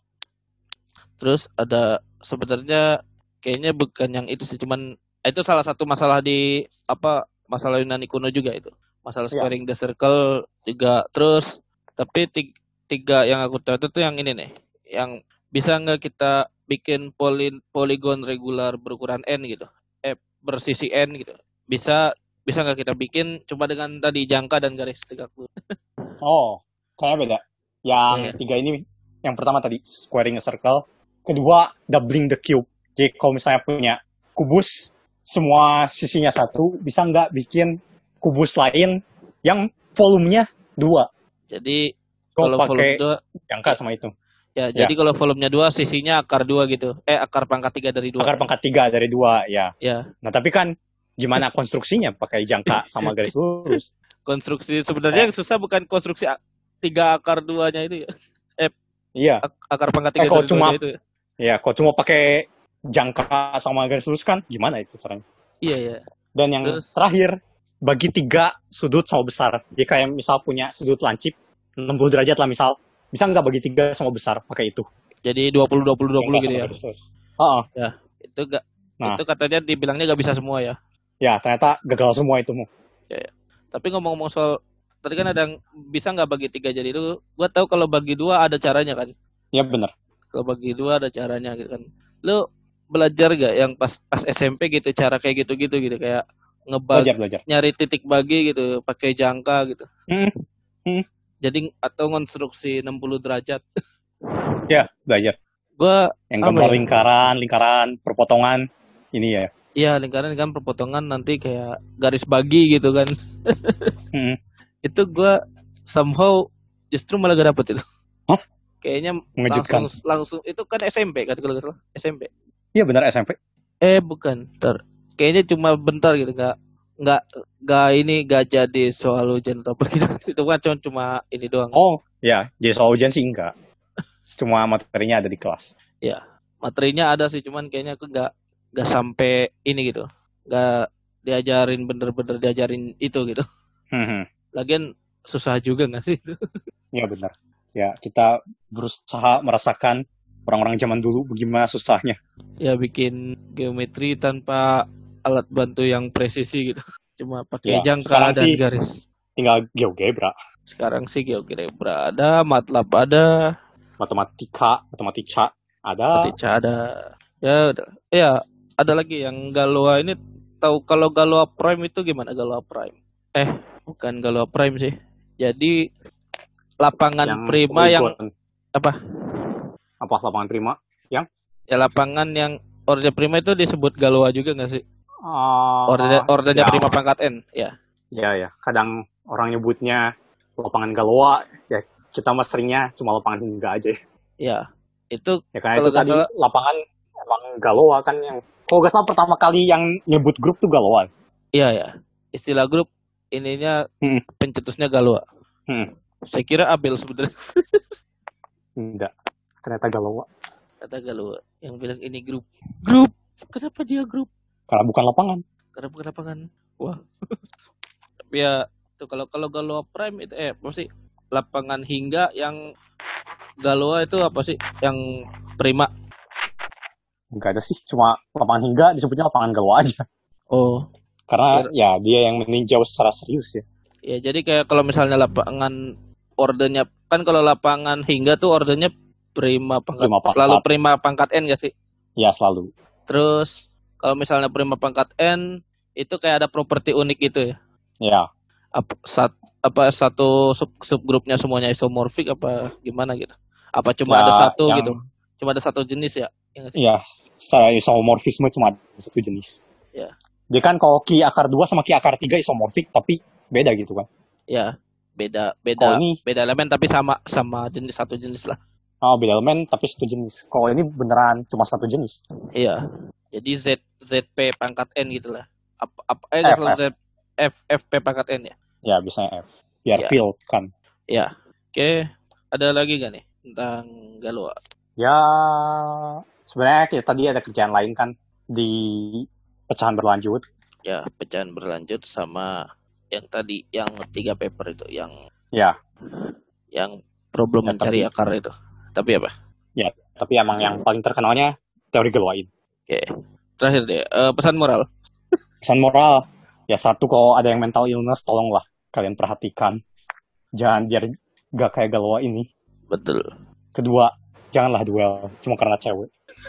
Terus ada sebenarnya kayaknya bukan yang itu sih, cuman itu salah satu masalah di apa masalah Yunani kuno juga itu. Masalah squaring yeah. the circle juga. Terus tapi tiga, tiga yang aku tahu itu tuh yang ini nih, yang bisa nggak kita bikin polin, poligon regular berukuran n gitu, eh bersisi n gitu, bisa bisa nggak kita bikin cuma dengan tadi jangka dan garis tegak lurus. Oh, kayaknya beda. Yang yeah. tiga ini, yang pertama tadi squaring a circle, kedua doubling the cube. Jadi kalau misalnya punya kubus, semua sisinya satu, bisa nggak bikin kubus lain yang volumenya dua. Jadi kalau volume dua jangka sama itu. Ya, ya. Jadi kalau volumenya dua, sisinya akar dua gitu. Eh, akar pangkat tiga dari dua. Akar pangkat tiga dari dua, ya. Ya. Nah, tapi kan gimana konstruksinya pakai jangka sama garis lurus? Konstruksi sebenarnya eh. yang susah bukan konstruksi tiga akar duanya itu ya. Eh, iya. Akar pangkat tiga eh, dari cuma, dua itu. Ya. Iya, kok cuma pakai jangka sama garis lurus kan gimana itu caranya? Iya, iya. Dan yang Terus, terakhir, bagi tiga sudut sama besar. Dia kayak misal punya sudut lancip enam puluh derajat lah misal. Bisa nggak bagi tiga sama besar pakai itu? Jadi dua puluh dua puluh dua puluh gitu ya. Heeh. Ya, itu enggak nah. Itu katanya dibilangnya nggak bisa semua ya. Ya, ternyata gagal semua itu. Ya, ya. Tapi ngomong-ngomong soal tadi kan ada yang bisa nggak bagi tiga jadi itu, gua tahu kalau bagi dua ada caranya kan? Ya benar. Kalau bagi dua ada caranya gitu kan. Lu belajar gak yang pas pas S M P gitu cara kayak gitu-gitu gitu kayak ngebagi, belajar, belajar. nyari titik bagi gitu, pakai jangka gitu. Hmm. Hmm. Jadi atau konstruksi enam puluh derajat. Ya, belajar. Gua yang gambar ya? lingkaran, lingkaran, perpotongan ini ya. Iya, lingkaran kan perpotongan nanti kayak garis bagi gitu kan. Hmm. Itu gua somehow justru malah gak dapet itu. Hah? Kayaknya mengejutkan. Langsung, langsung itu kan S M P kan kalau nggak salah S M P. Iya benar S M P. Eh bukan, ntar. Kayaknya cuma bentar gitu, nggak nggak nggak ini nggak jadi soal ujian atau apa gitu. Itu kan cuma cuma ini doang. Oh ya, jadi soal ujian sih enggak. Cuma materinya ada di kelas. Ya, materinya ada sih, cuman kayaknya aku nggak nggak sampai ini gitu, nggak diajarin bener-bener diajarin itu gitu. Hmm. Lagian susah juga nggak sih itu? Ya benar. Ya kita berusaha merasakan orang-orang zaman dulu bagaimana susahnya. Ya bikin geometri tanpa alat bantu yang presisi gitu. Cuma pakai ya, jangka dan garis. Tinggal GeoGebra. Sekarang sih GeoGebra ada, MATLAB ada, matematika, matematika ada. Matematika ada. Ya, ya ada lagi yang Galois ini. Tahu kalau Galois Prime itu gimana Galois Prime? Eh, bukan Galois Prime sih. Jadi lapangan yang prima polygon. Yang apa? Apa lapangan prima? Yang? Ya lapangan yang orde prima itu disebut Galois juga nggak sih? Uh, orde ordenya ya. Prima pangkat N, ya. Ya ya. Kadang orang nyebutnya lapangan Galois, ya kita mah seringnya cuma lapangan hingga aja. Ya, itu. Ya karena itu tadi salah, lapangan emang Galois kan yang. Kalau nggak salah pertama kali yang nyebut grup tuh Galois. Iya ya. Istilah grup ininya hmm. pencetusnya Galois. Hmm. Saya kira Abel sebenarnya. Enggak. Ternyata Galois. Kata Galois yang bilang ini grup. Grup. Kenapa dia grup? Karena bukan lapangan. Karena bukan lapangan. Wah. Tapi ya tuh kalau kalau Galois Prime itu eh apa sih? Lapangan hingga yang Galois itu apa sih? Yang prima. Enggak ada sih, cuma lapangan hingga disebutnya lapangan Galois aja. Oh. Karena Kira. ya dia yang meninjau secara serius ya. Ya, jadi kayak kalau misalnya lapangan ordernya kan kalau lapangan hingga tuh ordernya prima pangkat Prima selalu pangkat. prima pangkat N gak sih? Ya, selalu. Terus kalau misalnya prima pangkat N itu kayak ada properti unik gitu ya. Ya. Apa, sat, apa satu sub subgrupnya semuanya isomorfik apa gimana gitu? Apa cuma ada Ya, satu gitu? yang Cuma ada satu jenis ya? Ya nggak sih? ya secara isomorfisme cuma ada satu jenis. Ya, Dia kan kalau ki akar dua sama ki akar tiga isomorfik tapi beda gitu kan. ya beda Kalau beda ini beda elemen tapi sama sama jenis satu jenis lah. oh, beda elemen tapi satu jenis. Kalau ini beneran cuma satu jenis. Iya. Jadi Z ZP pangkat N gitu lah. Apa, apa eh nggak F, selalu F. Z F Fp pangkat N ya? Ya, biasanya F. Biar Iya. field kan. Ya. Oke, ada lagi gak nih tentang Galois? Ya, sebenarnya kita tadi ada kerjaan lain kan di pecahan berlanjut. Ya, pecahan berlanjut sama yang tadi yang tiga paper itu yang Ya. yang problem Ya, mencari tapi, akar itu. Tapi apa? Ya, tapi emang yang paling terkenalnya teori Galois. Oke. Terakhir deh, uh, pesan moral. Pesan moral, ya satu kalau ada yang mental illness tolonglah kalian perhatikan. Jangan biar gak kayak Galois ini. Betul. Kedua, janganlah duel cuma karena cewek.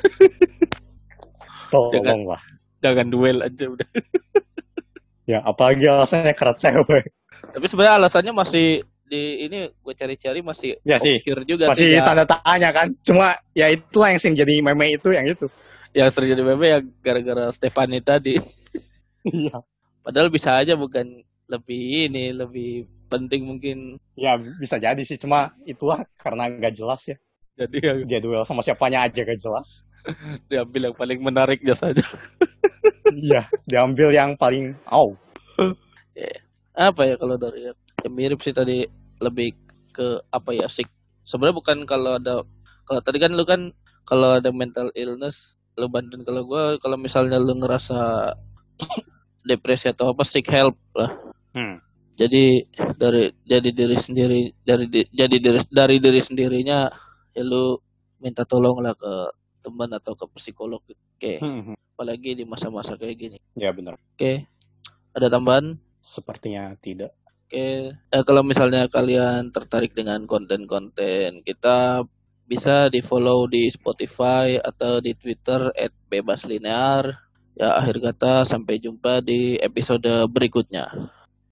Tolonglah. Jangan duel aja udah. Ya, apalagi alasannya karena cewek. Tapi sebenarnya alasannya masih di ini gue cari-cari masih Ya sih, obscure juga masih sih. Ya. Tanda tanya kan. Cuma ya itulah yang sering jadi meme itu yang itu. Yang terjadi meme ya gara-gara Stefani tadi. Iya. Padahal bisa aja bukan lebih ini lebih penting mungkin. Ya bisa jadi sih, cuma itulah karena gak jelas ya. Jadi ya, dia duel sama siapanya aja gak jelas. Diambil yang paling menariknya saja. Iya, diambil yang paling oh. Ya. Apa ya kalau dari ya mirip sih tadi lebih ke apa ya sih. Sebenarnya bukan kalau ada kalau tadi kan lu kan kalau ada mental illness lu bantuin, kalau gue kalau misalnya lu ngerasa depresi atau apa seek help lah. Hmm. Jadi dari jadi diri sendiri dari di, jadi diri dari diri sendirinya ya lu minta tolong lah ke teman atau ke psikolog. Oke. Okay. Hmm. Apalagi di masa-masa kayak gini. Ya benar. Oke. Okay. Ada tambahan? Sepertinya tidak. Oke. Okay. Eh, kalau misalnya kalian tertarik dengan konten-konten kita bisa di follow di Spotify atau di Twitter at bebas linear. Ya akhir kata sampai jumpa di episode berikutnya.